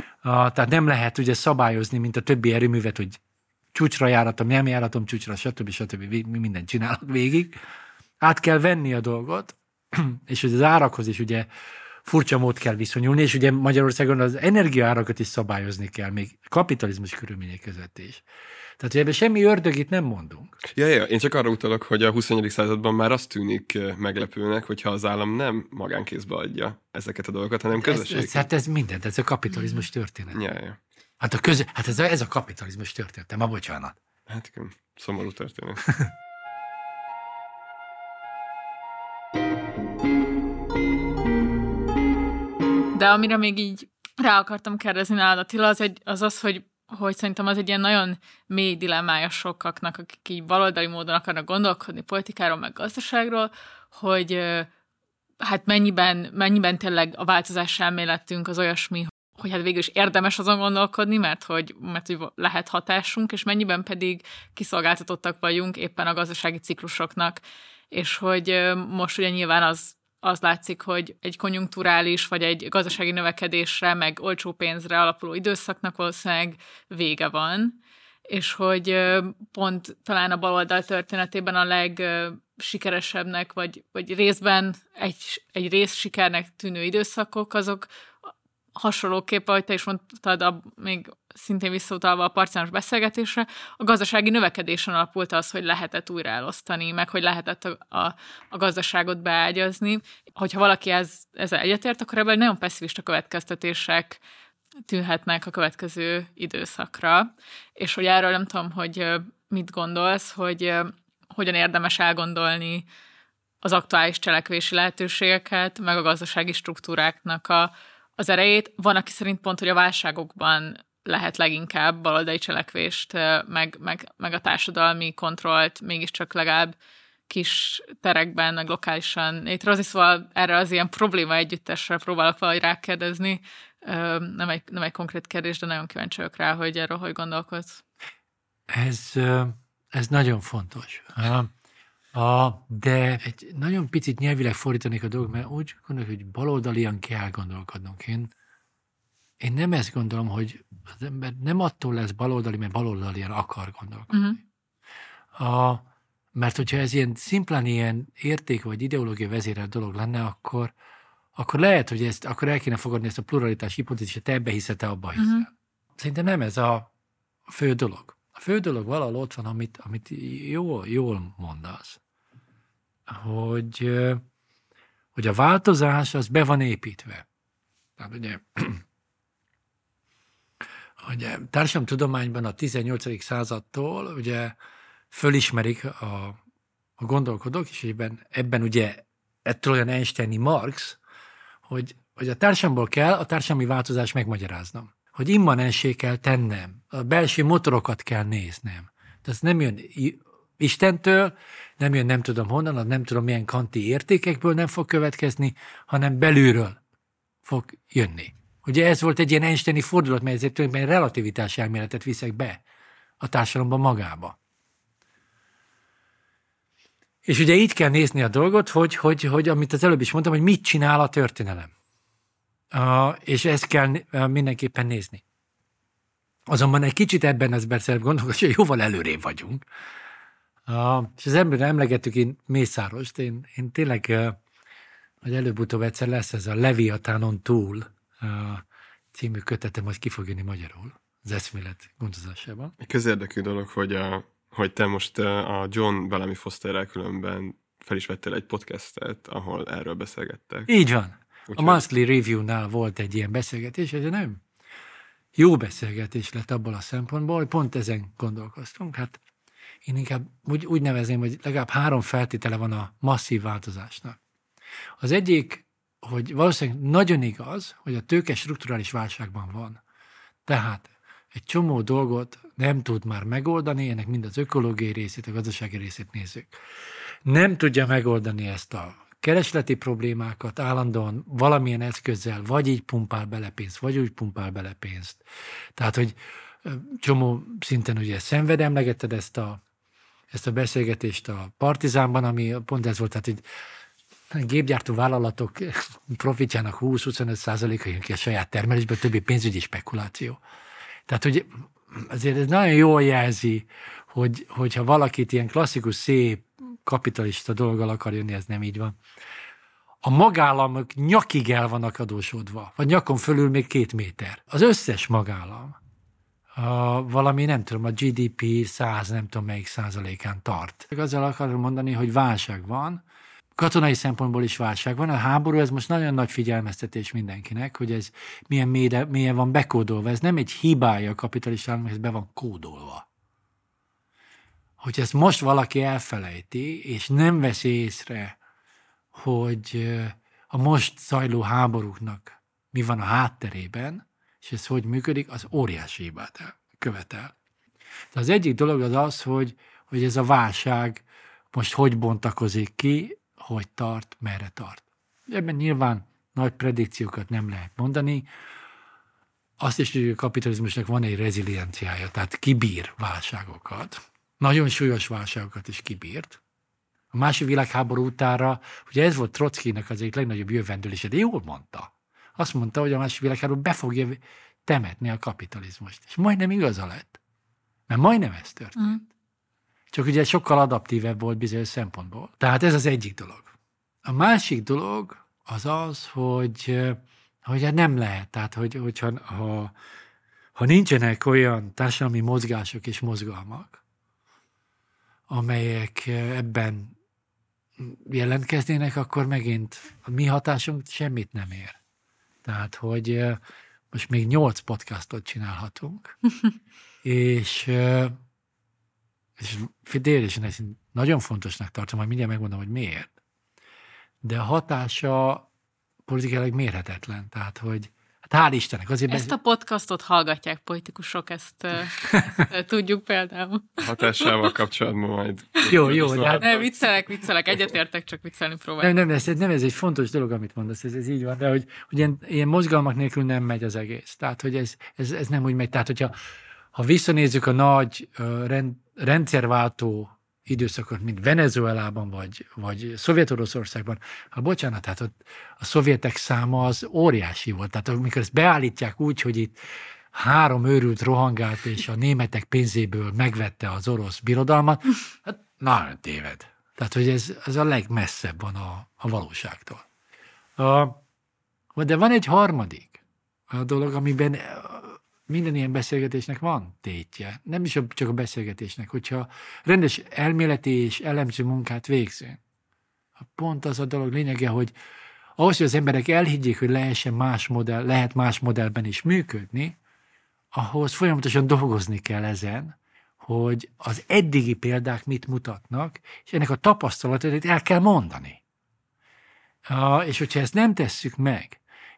a, tehát nem lehet ugye szabályozni, mint a többi erőművet, hogy csúcsra járatom, nem járatom csúcsra, stb. stb. Mi mindent csinálok végig. Át kell venni a dolgot, és hogy az árakhoz is ugye furcsa mód kell viszonyulni, és ugye Magyarországon az energiaárakat is szabályozni kell, még kapitalizmus körülmények között is. Tehát, hogy ebben semmi ördögit nem mondunk.
Ja, ja, én csak arra utalok, hogy a huszonegyedik században már azt tűnik meglepőnek, hogyha az állam nem magánkézbe adja ezeket a dolgokat, hanem közösség.
Ez, ez, hát ez mindent, ez a kapitalizmus történet.
Ja, ja.
Hát, a köz, hát ez, a, ez a kapitalizmus történet, ma bocsánat.
Hát igen, szomorú történet.
De amire még így rá akartam kérdezni nálad, Attila, az, egy, az az, hogy, hogy szerintem az egy ilyen nagyon mély dilemmája sokaknak, akik így baloldali módon akarnak gondolkodni politikáról, meg gazdaságról, hogy hát mennyiben, mennyiben tényleg a változás elméletünk az olyasmi, hogy hát végül is érdemes azon gondolkodni, mert hogy, mert hogy lehet hatásunk, és mennyiben pedig kiszolgáltatottak vagyunk éppen a gazdasági ciklusoknak, és hogy most ugye nyilván az az látszik, hogy egy konjunkturális vagy egy gazdasági növekedésre, meg olcsó pénzre alapuló időszaknak valószínűleg vége van, és hogy pont talán a baloldal történetében a legsikeresebbnek, vagy, vagy részben egy, egy rész sikernek tűnő időszakok, azok hasonlóképpen, ahogy te is mondtad, a, még szintén visszautalva a parciános beszélgetésre, a gazdasági növekedésen alapult az, hogy lehetett újra elosztani, meg hogy lehetett a, a, a gazdaságot beágyazni. Hogyha valaki ez, ezzel egyetért, akkor ebből nagyon pesszimista következtetések tűnhetnek a következő időszakra. És hogy erről nem tudom, hogy mit gondolsz, hogy hogyan érdemes elgondolni az aktuális cselekvési lehetőségeket, meg a gazdasági struktúráknak a, az erejét. Van, aki szerint pont, hogy a válságokban lehet leginkább baloldali cselekvést, meg, meg, meg a társadalmi kontrollt mégiscsak legalább kis terekben, meg lokálisan létrehozni. Szóval erre az ilyen probléma együttesre próbálok valahogy rákérdezni. Nem egy, nem egy konkrét kérdés, de nagyon kíváncsi vagyok rá, hogy erről hogy gondolkodsz.
Ez, ez nagyon fontos. A, de egy nagyon picit nyelvileg fordítanék a dolgot, mert úgy gondolok, hogy baloldalian kell gondolkodnunk. Én, én nem ezt gondolom, hogy az ember nem attól lesz baloldali, mert baloldalian akar gondolkodni. Uh-huh. A, mert hogyha ez ilyen szimplán ilyen érték vagy ideológia vezérelt dolog lenne, akkor, akkor lehet, hogy ezt, akkor el kéne fogadni ezt a pluralitás hipotézist, hogy te ebbe hiszel, te abba hiszel. Uh-huh. Szerintem nem ez a fő dolog. A fő dolog valahol ott van, amit, amit jól, jól mondasz. Hogy, hogy a változás az be van építve. Tehát ugye, ugye társadalomtudományban a tizennyolcadik századtól ugye fölismerik a, a gondolkodók, és ebben, ebben ugye ettől olyan Einsteini Marx, hogy, hogy a társamból kell a társadalmi változást megmagyaráznom. Hogy immanensé kell tennem, a belső motorokat kell néznem. Tehát ez nem jön Istentől, nem jön nem tudom honnan, nem tudom milyen kanti értékekből nem fog következni, hanem belülről fog jönni. Ugye ez volt egy ilyen einsteini fordulat, mert ezért tulajdonképpen relativitás elméletet viszek be a társadalomba magába. És ugye így kell nézni a dolgot, hogy, hogy, hogy amit az előbb is mondtam, hogy mit csinál a történelem. Uh, és ezt kell uh, mindenképpen nézni. Azonban egy kicsit ebben az persze gondolkodni, hogy jóval előrébb vagyunk. Uh, és az emberre emlegettük én Mészárost, én, én tényleg, uh, hogy előbb-utóbb egyszer lesz ez a Leviatánon túl uh, című kötetem, hogy ki fog jönni magyarul az eszmélet gondozásában.
Közérdekű dolog, hogy, a, hogy te most a John Bellamy Fosterrel különben fel is vettél egy podcastet, ahol erről beszélgettek.
Így van.
Úgyhogy...
A Monthly Review-nál volt egy ilyen beszélgetés, ez nem jó beszélgetés lett abból a szempontból, hogy pont ezen gondolkoztunk. Hát én inkább úgy, úgy nevezném, hogy legalább három feltétele van a masszív változásnak. Az egyik, hogy valószínűleg nagyon igaz, hogy a tőke strukturális válságban van. Tehát egy csomó dolgot nem tud már megoldani, ennek mind az ökológiai részét, a gazdasági részét nézzük. Nem tudja megoldani ezt a keresleti problémákat állandóan valamilyen eszközzel, vagy így pumpál bele pénzt, vagy úgy pumpál bele pénzt. Tehát, hogy csomó szinten ugye szenved, emlegetted ezt a, ezt a beszélgetést a Partizánban, ami pont ez volt, tehát, hogy a gépgyártó vállalatok profitjának húsz-huszonöt százaléka jön ki a saját termelésből, többi pénzügyi spekuláció. Tehát, hogy azért ez nagyon jól jelzi, hogy, hogyha valakit ilyen klasszikus, szép, kapitalista dologgal akar jönni, ez nem így van. A magállamok nyakig el vannak adósodva, vagy nyakon fölül még két méter. Az összes magállam a, valami, nem tudom, a gé dé pé száz, nem tudom melyik százalékán tart. Azzal akarom mondani, hogy válság van, katonai szempontból is válság van. A háború, ez most nagyon nagy figyelmeztetés mindenkinek, hogy ez milyen mélyre, mélyen van bekódolva. Ez nem egy hibája a kapitalista, ez be van kódolva. Hogy ezt most valaki elfelejti, és nem veszi észre, hogy a most zajló háborúknak mi van a hátterében, és ez hogy működik, az óriási hibát követel. De az egyik dolog az az, hogy, hogy ez a válság most hogy bontakozik ki, hogy tart, merre tart. Ebben nyilván nagy predikciókat nem lehet mondani. Azt is, hogy a kapitalizmusnak van egy rezilienciája, tehát kibír válságokat. Nagyon súlyos válságokat is kibírt. A második világháború utánra, ugye ez volt Trockinak az egyik legnagyobb jövendőlése, de jól mondta. Azt mondta, hogy a második világháború be fogja temetni a kapitalizmust. És majdnem igaza lett. Mert majdnem ez történt. Mm. Csak ugye sokkal adaptívebb volt bizonyos szempontból. Tehát ez az egyik dolog. A másik dolog az az, hogy, hogy nem lehet. Tehát, hogy, hogyha ha, ha nincsenek olyan társadalmi mozgások és mozgalmak, amelyek ebben jelentkeznének, akkor megint a mi hatásunk semmit nem ér. Tehát, hogy most még nyolc podcastot csinálhatunk, és, és figyeljen, ezt nagyon fontosnak tartom, majd mindjárt megmondom, hogy miért. De a hatása politikailag mérhetetlen. Tehát, hogy hát hál' Istennek. Azért
ezt a podcastot hallgatják politikusok, ezt, ezt tudjuk például.
Hatásával kapcsolatban majd.
Jó, jó. De hát...
Nem, viccelek, viccelek, egyetértek, csak viccelni próbálok.
Nem, nem, ez, nem, ez egy fontos dolog, amit mondasz, ez, ez így van, de hogy, hogy ilyen, ilyen mozgalmak nélkül nem megy az egész. Tehát, hogy ez, ez, ez nem úgy megy. Tehát, hogyha ha visszanézzük a nagy uh, rend, rendszerváltó időszakot, mint Venezuelában, vagy, vagy Szovjet-Oroszországban, ha bocsánat, hát ott a szovjetek száma az óriási volt. Tehát amikor ezt beállítják úgy, hogy itt három őrült rohangált, és a németek pénzéből megvette az orosz birodalmat, hát nagyon téved. Tehát, hogy ez, ez a legmesszebb van a, a valóságtól. A, de van egy harmadik a dolog, amiben minden ilyen beszélgetésnek van tétje. Nem is csak a beszélgetésnek, hogyha rendes elméleti és elemző munkát végzünk. Pont az a dolog lényege, hogy ahhoz, hogy az emberek elhiggyék, hogy lehessen más modell, lehet más modellben is működni, ahhoz folyamatosan dolgozni kell ezen, hogy az eddigi példák mit mutatnak, és ennek a tapasztalatot el kell mondani. És hogyha ezt nem tesszük meg,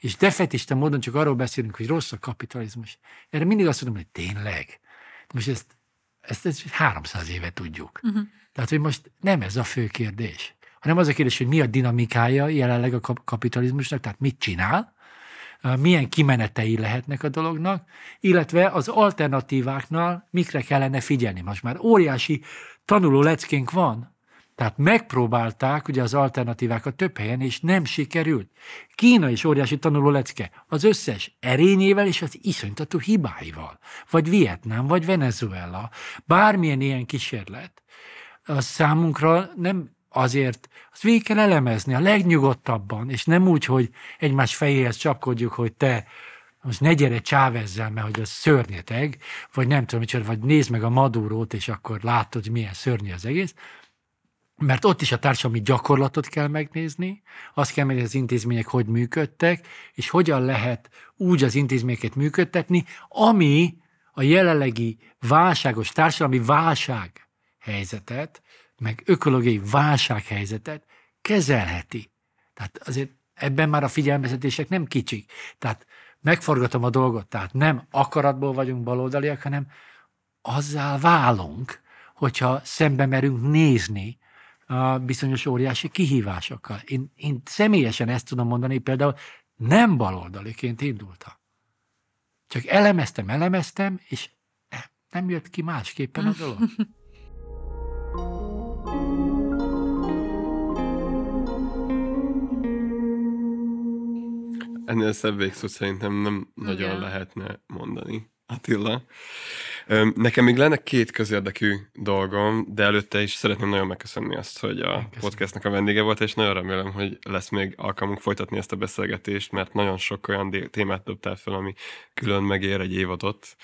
és defetista módon csak arról beszélünk, hogy rossz a kapitalizmus. Erre mindig azt mondom, hogy tényleg. Most ezt, ezt, ezt háromszáz éve tudjuk. Uh-huh. Tehát, hogy most nem ez a fő kérdés, hanem az a kérdés, hogy mi a dinamikája jelenleg a kapitalizmusnak, tehát mit csinál, milyen kimenetei lehetnek a dolognak, illetve az alternatíváknál mikre kellene figyelni. Most már óriási tanuló leckénk van, tehát megpróbálták ugye az alternatívákat több helyen, és nem sikerült. Kína is óriási tanuló lecke, az összes erényével és az iszonytató hibáival. Vagy Vietnám, vagy Venezuela. Bármilyen ilyen kísérlet, az számunkra nem azért, azt végig kell elemezni a legnyugodtabban, és nem úgy, hogy egymás fejéhez csapkodjuk, hogy te most ne gyere Chávezzel, mert hogy az szörnyeteg, vagy nem tudom micsoda, vagy nézd meg a Madurót, és akkor látod, hogy milyen szörnyű az egész. Mert ott is a társadalmi gyakorlatot kell megnézni, azt kell megnézni, az intézmények hogy működtek, és hogyan lehet úgy az intézményeket működtetni, ami a jelenlegi válságos társadalmi válsághelyzetet, meg ökológiai válsághelyzetet kezelheti. Tehát azért ebben már a figyelmeztetések nem kicsik. Tehát megforgatom a dolgot, tehát nem akaratból vagyunk baloldaliak, hanem azzal válunk, hogyha szembe merünk nézni a bizonyos óriási kihívásokkal. Én, én személyesen ezt tudom mondani, például nem baloldaliként indultam. Csak elemeztem, elemeztem, és nem jött ki másképpen a dolog.
Ennél szebb végszót szerintem nem nagyon Igen. lehetne mondani. Attila. Nekem még lenne két közérdekű dolgom, de előtte is szeretném nagyon megköszönni azt, hogy a Köszönöm. podcastnak a vendége volt, és nagyon remélem, hogy lesz még alkalmunk folytatni ezt a beszélgetést, mert nagyon sok olyan témát dobtál fel, ami külön megér egy évadot.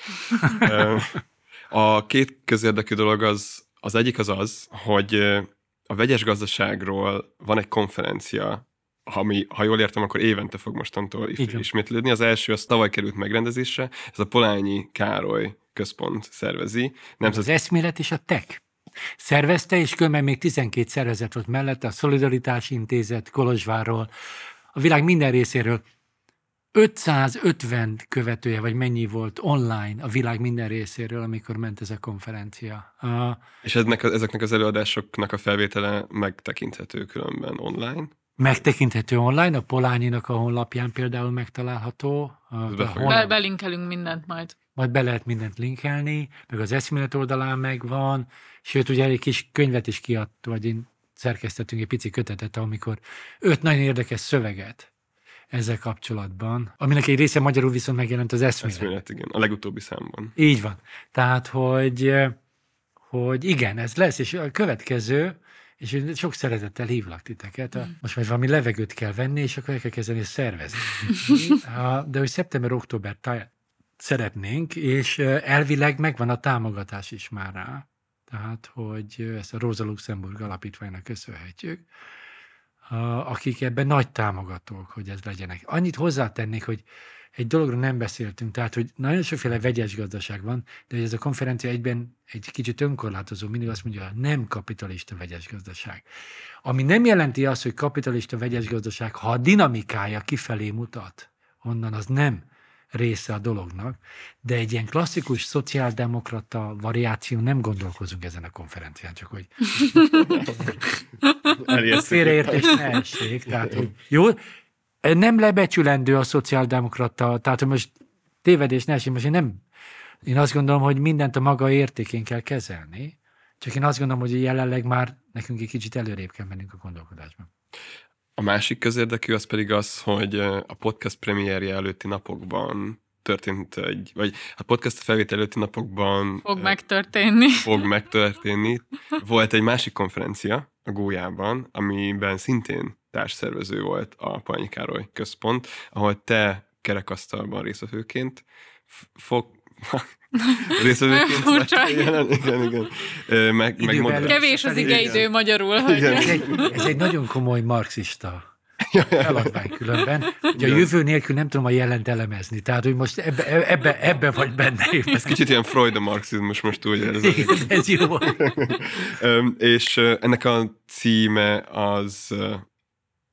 A két közérdekű dolog az, az egyik az az, hogy a vegyes gazdaságról van egy konferencia, ami, ha jól értem, akkor évente fog mostantól ismétlődni. Az első, az tavaly került megrendezésre, ez a Polanyi Károly Központ szervezi. Nem
az eszmélet és a tech szervezte, és különben még tizenkét szervezet volt mellette, a Szolidaritási Intézet Kolozsvárról, a világ minden részéről ötszázötven követője, vagy mennyi volt online a világ minden részéről, amikor ment ez a konferencia. A...
És eznek, ezeknek az előadásoknak a felvétele megtekinthető különben online?
Megtekinthető online, a Polányinak a honlapján például megtalálható.
Be, honlap... Belinkelünk mindent majd.
Majd be lehet mindent linkelni, meg az eszmélet oldalán megvan, sőt, ugye egy kis könyvet is kiadt, vagy én szerkesztettünk egy pici kötetet, amikor öt nagyon érdekes szöveget ezzel kapcsolatban, aminek egy része magyarul viszont megjelent az eszmélet.
Eszmélet, igen, a legutóbbi számban.
Így van. Tehát, hogy, hogy igen, ez lesz, és a következő, és sok szeretettel hívlak titeket. Mm. Most majd valami levegőt kell venni, és akkor el kell kezdeni szervezni. De hogy szeptember-október táján szeretnénk, és elvileg megvan a támogatás is már rá. Tehát, hogy ezt a Rosa Luxemburg alapítványnak köszönhetjük, akik ebben nagy támogatók, hogy ez legyenek. Annyit hozzátennék, hogy egy dologra nem beszéltünk, tehát, hogy nagyon sokféle vegyes gazdaság van, de ez a konferencia egyben egy kicsit önkorlátozó, mindig azt mondja, hogy nem kapitalista vegyes gazdaság. Ami nem jelenti azt, hogy kapitalista vegyes gazdaság, ha a dinamikája kifelé mutat, onnan az nem része a dolognak, de egy ilyen klasszikus szociáldemokrata variáció, nem gondolkozunk ezen a konferencián, csak hogy félreértés ne essék. Tehát, hogy jó, nem lebecsülendő a szociáldemokrata, tehát hogy most tévedés ne essék, most én nem, én azt gondolom, hogy mindent a maga értékén kell kezelni, csak én azt gondolom, hogy jelenleg már nekünk egy kicsit előrébb kell mennünk a gondolkodásban.
A másik közérdekű az pedig az, hogy a podcast premierje előtti napokban történt egy, vagy a podcast felvétel előtti napokban
fog megtörténni.
Fog megtörténni. Volt egy másik konferencia a Gólyában, amiben szintén társszervező volt a Polanyi Károly Központ, ahol te kerekasztalban résztvevőként fog... résztvevőként igen, igen, igen. Meg, meg
kevés az igeidő magyarul.
Hogy... Ez, egy, ez egy nagyon komoly marxista feladvány különben. Ugye a jövő nélkül nem tudom a jelent elemezni. Tehát, hogy most ebbe, ebbe, ebbe vagy benne.
Ez kicsit ilyen Freud a marxizmus most úgy érzem.
Ez jó.
És ennek a címe az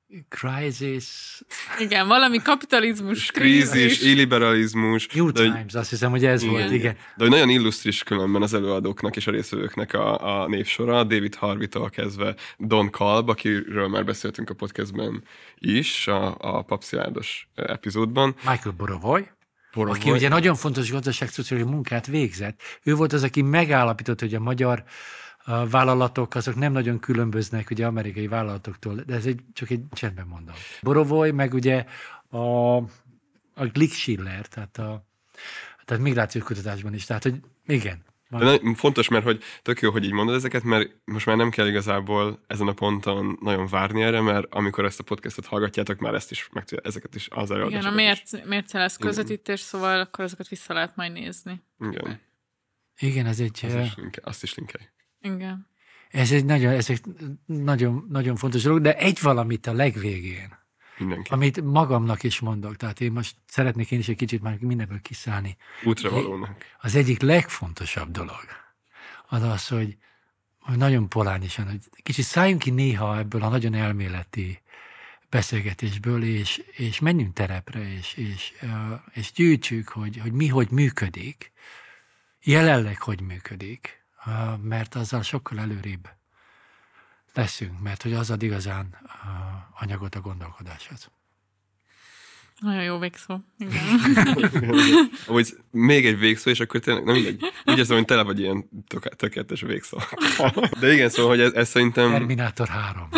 crisis,
Igen, valami kapitalizmus,
krízis,
krízis.
illiberalizmus.
New
de, hogy-
Times, azt hiszem, hogy ez
Igen.
volt, igen.
De hogy nagyon illusztris különben az előadóknak és a részvevőknek a, a névsora, David Harvey-tól kezdve Don Kalb, akiről már beszéltünk a podcastben is, a, a papszilárdos epizódban.
Michael Borovoy,
Borovoy.
aki ugye nagyon fontos gazdaságszociológiai munkát végzett. Ő volt az, aki megállapított, hogy a magyar a vállalatok azok nem nagyon különböznek ugye amerikai vállalatoktól, de ez egy, csak egy csendben mondom. Borovoy, meg ugye a, a Glick Schiller, tehát a tehát migrációs kutatásban is, tehát hogy igen.
De nagyon fontos, mert hogy tök jó, hogy így mondod ezeket, mert most már nem kell igazából ezen a ponton nagyon várni erre, mert amikor ezt a podcastot hallgatjátok, már ezt is, meg ezeket is az
Igen,
előadásokat
a
is.
mérce, mérce lesz közvetítés, szóval akkor azokat vissza lehet majd nézni.
Igen,
Igen, ez egy...
az
eh,
is linke, azt is linkelj.
Igen.
Ez egy nagyon, ez egy nagyon, nagyon fontos dolog, de egy valamit a legvégén,
Mindenki.
amit magamnak is mondok, tehát én most szeretnék én is egy kicsit már mindenből kiszállni.
Útravalónak.
Az egyik legfontosabb dolog az az, hogy, hogy nagyon polányosan, hogy kicsit szálljunk ki néha ebből a nagyon elméleti beszélgetésből, és, és menjünk terepre, és, és, és gyűjtsük, hogy, hogy mi hogy működik, jelenleg hogy működik, mert azzal sokkal előrébb leszünk, mert hogy az ad igazán anyagot a gondolkodáshoz.
Nagyon jó végszó. Igen.
Amúgy még egy végszó, és akkor tényleg, nem mindegy. Úgy érzem, hogy tele vagy ilyen tök- tökéletes végszó. De igen, szóval, hogy ez, ez szerintem...
Terminátor három.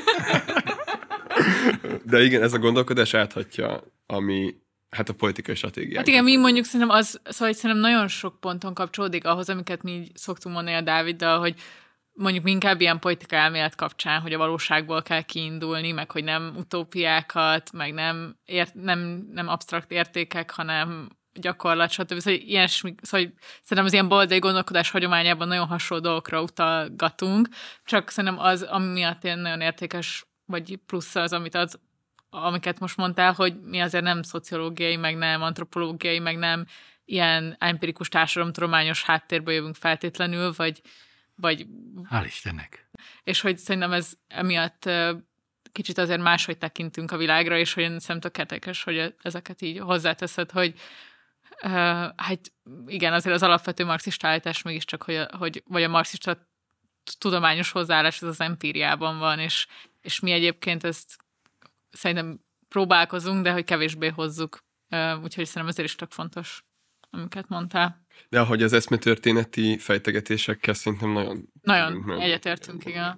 De igen, ez a gondolkodás áthatja, ami hát a politikai stratégiák.
Hát igen, mi mondjuk szerintem az, szóval hogy szerintem nagyon sok ponton kapcsolódik ahhoz, amiket mi így szoktunk mondani a Dáviddal, hogy mondjuk mi inkább ilyen politika elmélet kapcsán, hogy a valóságból kell kiindulni, meg hogy nem utópiákat, meg nem, ért, nem, nem absztrakt értékek, hanem gyakorlat, stb. Szóval, ilyen, szóval szerintem az ilyen baloldali gondolkodás hagyományában nagyon hasonló dolgokra utalgatunk, csak szerintem az, ami miatt ilyen nagyon értékes, vagy plusz az, amit az, amiket most mondtál, hogy mi azért nem szociológiai, meg nem antropológiai, meg nem ilyen empirikus társadalomtudományos háttérből jövünk feltétlenül, vagy vagy...
Hál' Istennek.
És hogy szerintem ez emiatt kicsit azért máshogy tekintünk a világra, és hogy szerintem tök érdekes, hogy ezeket így hozzáteszed, hogy uh, hát igen, azért az alapvető marxista állítás mégiscsak, hogy, hogy vagy a marxista tudományos hozzáállás az az empíriában van, és, és mi egyébként ezt szerintem próbálkozunk, de hogy kevésbé hozzuk. Uh, úgyhogy szerintem ezért is tök fontos, amiket mondtál.
De ahogy az eszmetörténeti fejtegetésekkel szerintem nagyon...
Nagyon, nagyon egyetértünk, igen.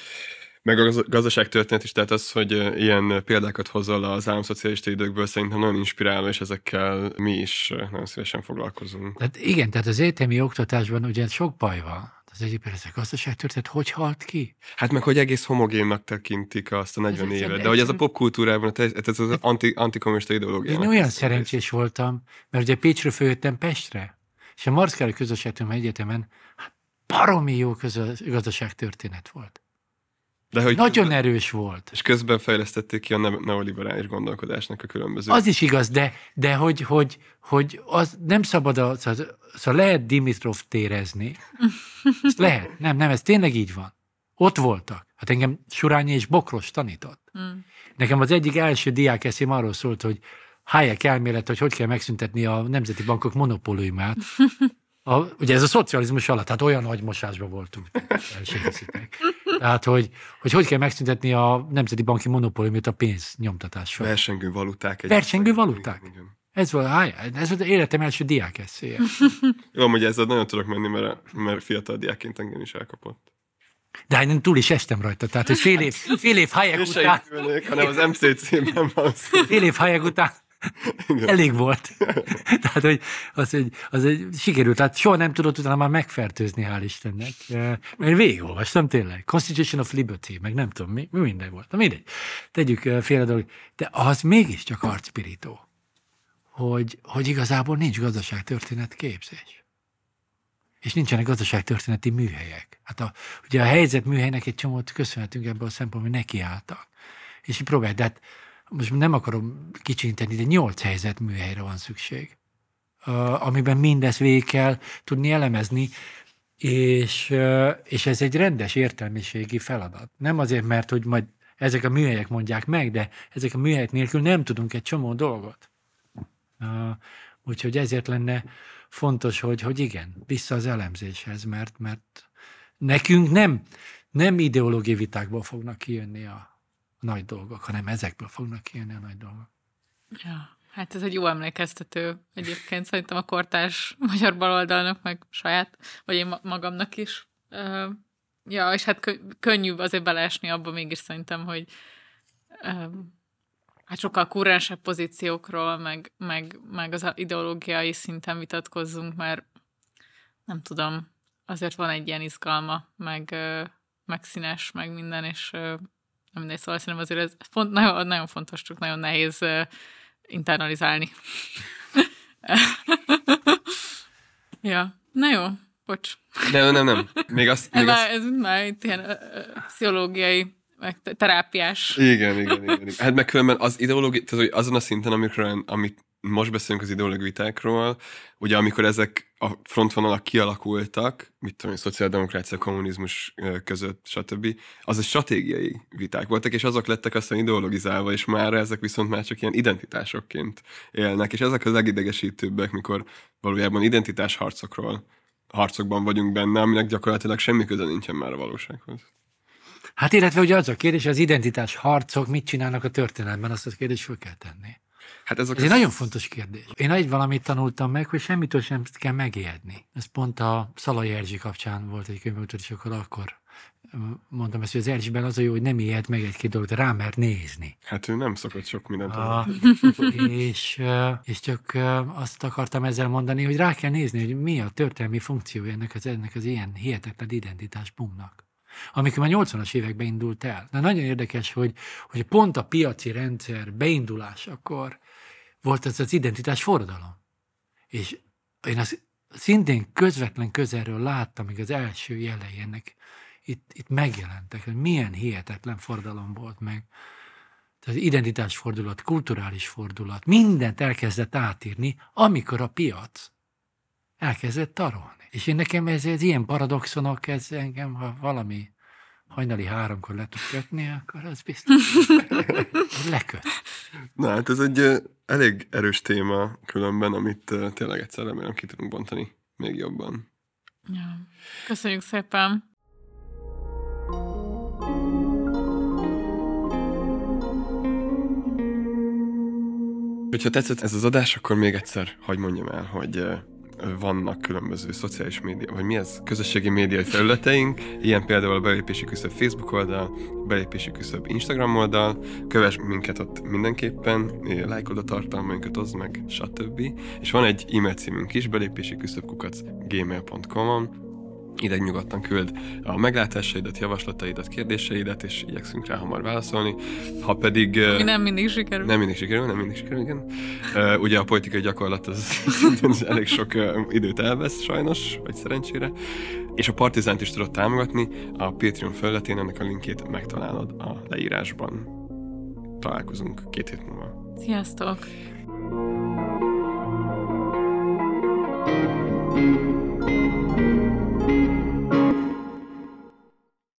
Meg a gazdaságtörténet is, tehát az, hogy ilyen példákat hozol az államszocialista időkből, szerintem nagyon inspiráló, és ezekkel mi is nagyon szívesen foglalkozunk.
Tehát igen, tehát az egyetemi oktatásban ugye sok baj van. Az egyik például ez a gazdaságtörténet hogy halt ki?
Hát meg, hogy egész homogénnak tekintik azt a negyven
Ez
évet.
egy-
De hogy ez a popkultúrában, ez az anti, antikommunista ideológia.
Én olyan szerencsés voltam, mert ugye Pécsről följöttem Pestre, és a Marckári Közösségtudományi Egyetemen hát baromi jó közös, gazdaságtörténet volt.
De hogy
Nagyon
közben,
erős volt.
és közben fejlesztették ki a ne- neoliberális gondolkodásnak a különböző...
Az is igaz, de, de hogy, hogy, hogy az nem szabad, a, szóval, szóval lehet Dimitrov térezni. Ezt lehet. Nem, nem, ez tényleg így van. Ott voltak. Hát engem Surányi és Bokros tanított.
Mm.
Nekem az egyik első diákeszém arról szólt, hogy Hayek elmélet, hogy hogy kell megszüntetni a nemzeti bankok monopóliumát. A, ugye ez a szocializmus alatt, tehát olyan nagy mosásban voltunk. Elségesítek. Tehát, hogy, hogy hogy kell megszüntetni a nemzeti banki monopóliumot a pénznyomtatás fel.
Versengő valuták. egy-
Versengő valuták.
Igen, igen.
Ez volt, Hayek, ez volt életem első diákeszéje.
Jó, amúgy ezzel nagyon tudok menni, mert, mert fiatal diákként engem is elkapott.
De hát én túl is estem rajta, tehát hogy fél év, fél év Hayek
Én se
után,
épülnék, hanem az em cé cé-ben van szó.
fél év Hayek után elég volt. Tehát, hogy az, hogy az egy sikerült, tehát soha nem tudott utána már megfertőzni, hál' Istennek. Mert végigolvastam tényleg. Constitution of Liberty, meg nem tudom, mi, mi minden volt. Na mindegy. Tegyük félre dolog. De az mégiscsak arcpirító, hogy, hogy igazából nincs gazdaságtörténet képzés. És nincsenek gazdaságtörténeti műhelyek. Hát a, ugye a helyzet műhelynek egy csomót köszönhetünk ebből a szempontból, hogy nekiálltak. És így próbálj, de hát most nem akarom kicsinteni, de nyolc helyzet műhelyre van szükség, uh, amiben mindezt végig kell tudni elemezni, és, uh, és ez egy rendes értelmiségi feladat. Nem azért, mert hogy majd ezek a műhelyek mondják meg, de ezek a műhelyek nélkül nem tudunk egy csomó dolgot. Uh, úgyhogy ezért lenne fontos, hogy, hogy igen, vissza az elemzéshez, mert, mert nekünk nem, nem ideológiai vitákból fognak kijönni a nagy dolgok, hanem ezekből fognak kijönni a nagy dolgok.
Ja, hát ez egy jó emlékeztető egyébként szerintem a kortárs magyar baloldalnak, meg saját, vagy én magamnak is. Uh, ja, és hát kö- könnyű azért beleesni abba mégis szerintem, hogy uh, hát sokkal kurrensebb pozíciókról, meg, meg, meg az ideológiai szinten vitatkozzunk, mert nem tudom, azért van egy ilyen izgalma, meg, meg színes, meg minden, és nem mindegy, szóval szerintem azért ez font, nagyon, nagyon fontos, csak nagyon nehéz internalizálni. Ja, na jó, bocs.
Nem, nem, nem. Még azt... Még
már,
azt...
Ez már itt ilyen ö, ö, pszichológiai, meg terápiás.
Igen, igen, igen, igen. Hát meg különben az ideológia, tehát hogy azon a szinten, amikor, amit most beszélünk az ideológiai vitákról, ugye amikor ezek a frontvonalak kialakultak, mit tudom, a szociáldemokrácia, kommunizmus között, stb., az a stratégiai viták voltak, és azok lettek aztán ideologizálva, és már ezek viszont már csak ilyen identitásokként élnek, és ezek az legidegesítőbbek, mikor valójában identitásharcokról, harcokban vagyunk benne, aminek gyakorlatilag semmi köze nincsen már a valósághoz.
Hát illetve ugye az a kérdés, az identitás harcok mit csinálnak a történelemben, azt a kérdést föl kell tenni.
Hát ez,
ez egy nagyon fontos kérdés. Én egy valamit tanultam meg, hogy semmitől sem kell megijedni. Ez pont a Szalai Erzsi kapcsán volt egy könyvből, és akkor, akkor mondtam ezt, hogy az Erzsiben az a jó, hogy nem ijed meg egy-két dolgot, rá mert nézni.
Hát ő nem szokott sok mindent
a, és, és csak azt akartam ezzel mondani, hogy rá kell nézni, hogy mi a történelmi funkciója ennek az, ennek az ilyen hihetetlen identitás boomnak. Amikor már nyolcvanas években indult el. De nagyon érdekes, hogy, hogy pont a piaci rendszer beindulásakor volt ez az identitás forradalom. És én azt szintén közvetlen közelről láttam, még az első jelei ennek itt, itt megjelentek, hogy milyen hihetetlen forradalom volt meg. Tehát az identitás fordulat, kulturális fordulat, mindent elkezdett átírni, amikor a piac elkezdett tarolni. És én nekem ez, ez ilyen paradoxonok, ez engem, ha valami hajnali háromkor le tud kötni, akkor az biztos leköt.
Na hát ez egy uh, elég erős téma különben, amit uh, tényleg egyszer remélem ki tudunk bontani még jobban.
Ja. Köszönjük szépen!
Hogyha tetszett ez az adás, akkor még egyszer hadd mondjam el, hogy uh, vannak különböző szociális média, vagy mi ez? Közösségi médiai felületeink, ilyen például a Belépési Küszöb Facebook oldal, Belépési Küszöb Instagram oldal, kövess minket ott mindenképpen, lájkold a tartalmainkat, oszd meg, stb. És van egy e-mail címünk is, belépési küszöb kukac gmail pont com-on, ide nyugodtan küld a meglátásaidat, javaslataidat, kérdéseidet, és igyekszünk rá hamar válaszolni. Ha pedig...
Mi nem mindig sikerül.
Nem mindig sikerül, nem mindig sikerül, igen. Uh, ugye a politikai gyakorlat az elég sok uh, időt elvesz, sajnos, vagy szerencsére. És a Partizánt is tudod támogatni, a Patreon felületén, ennek a linkjét megtalálod a leírásban. Találkozunk két hét múlva.
Sziasztok!
thank you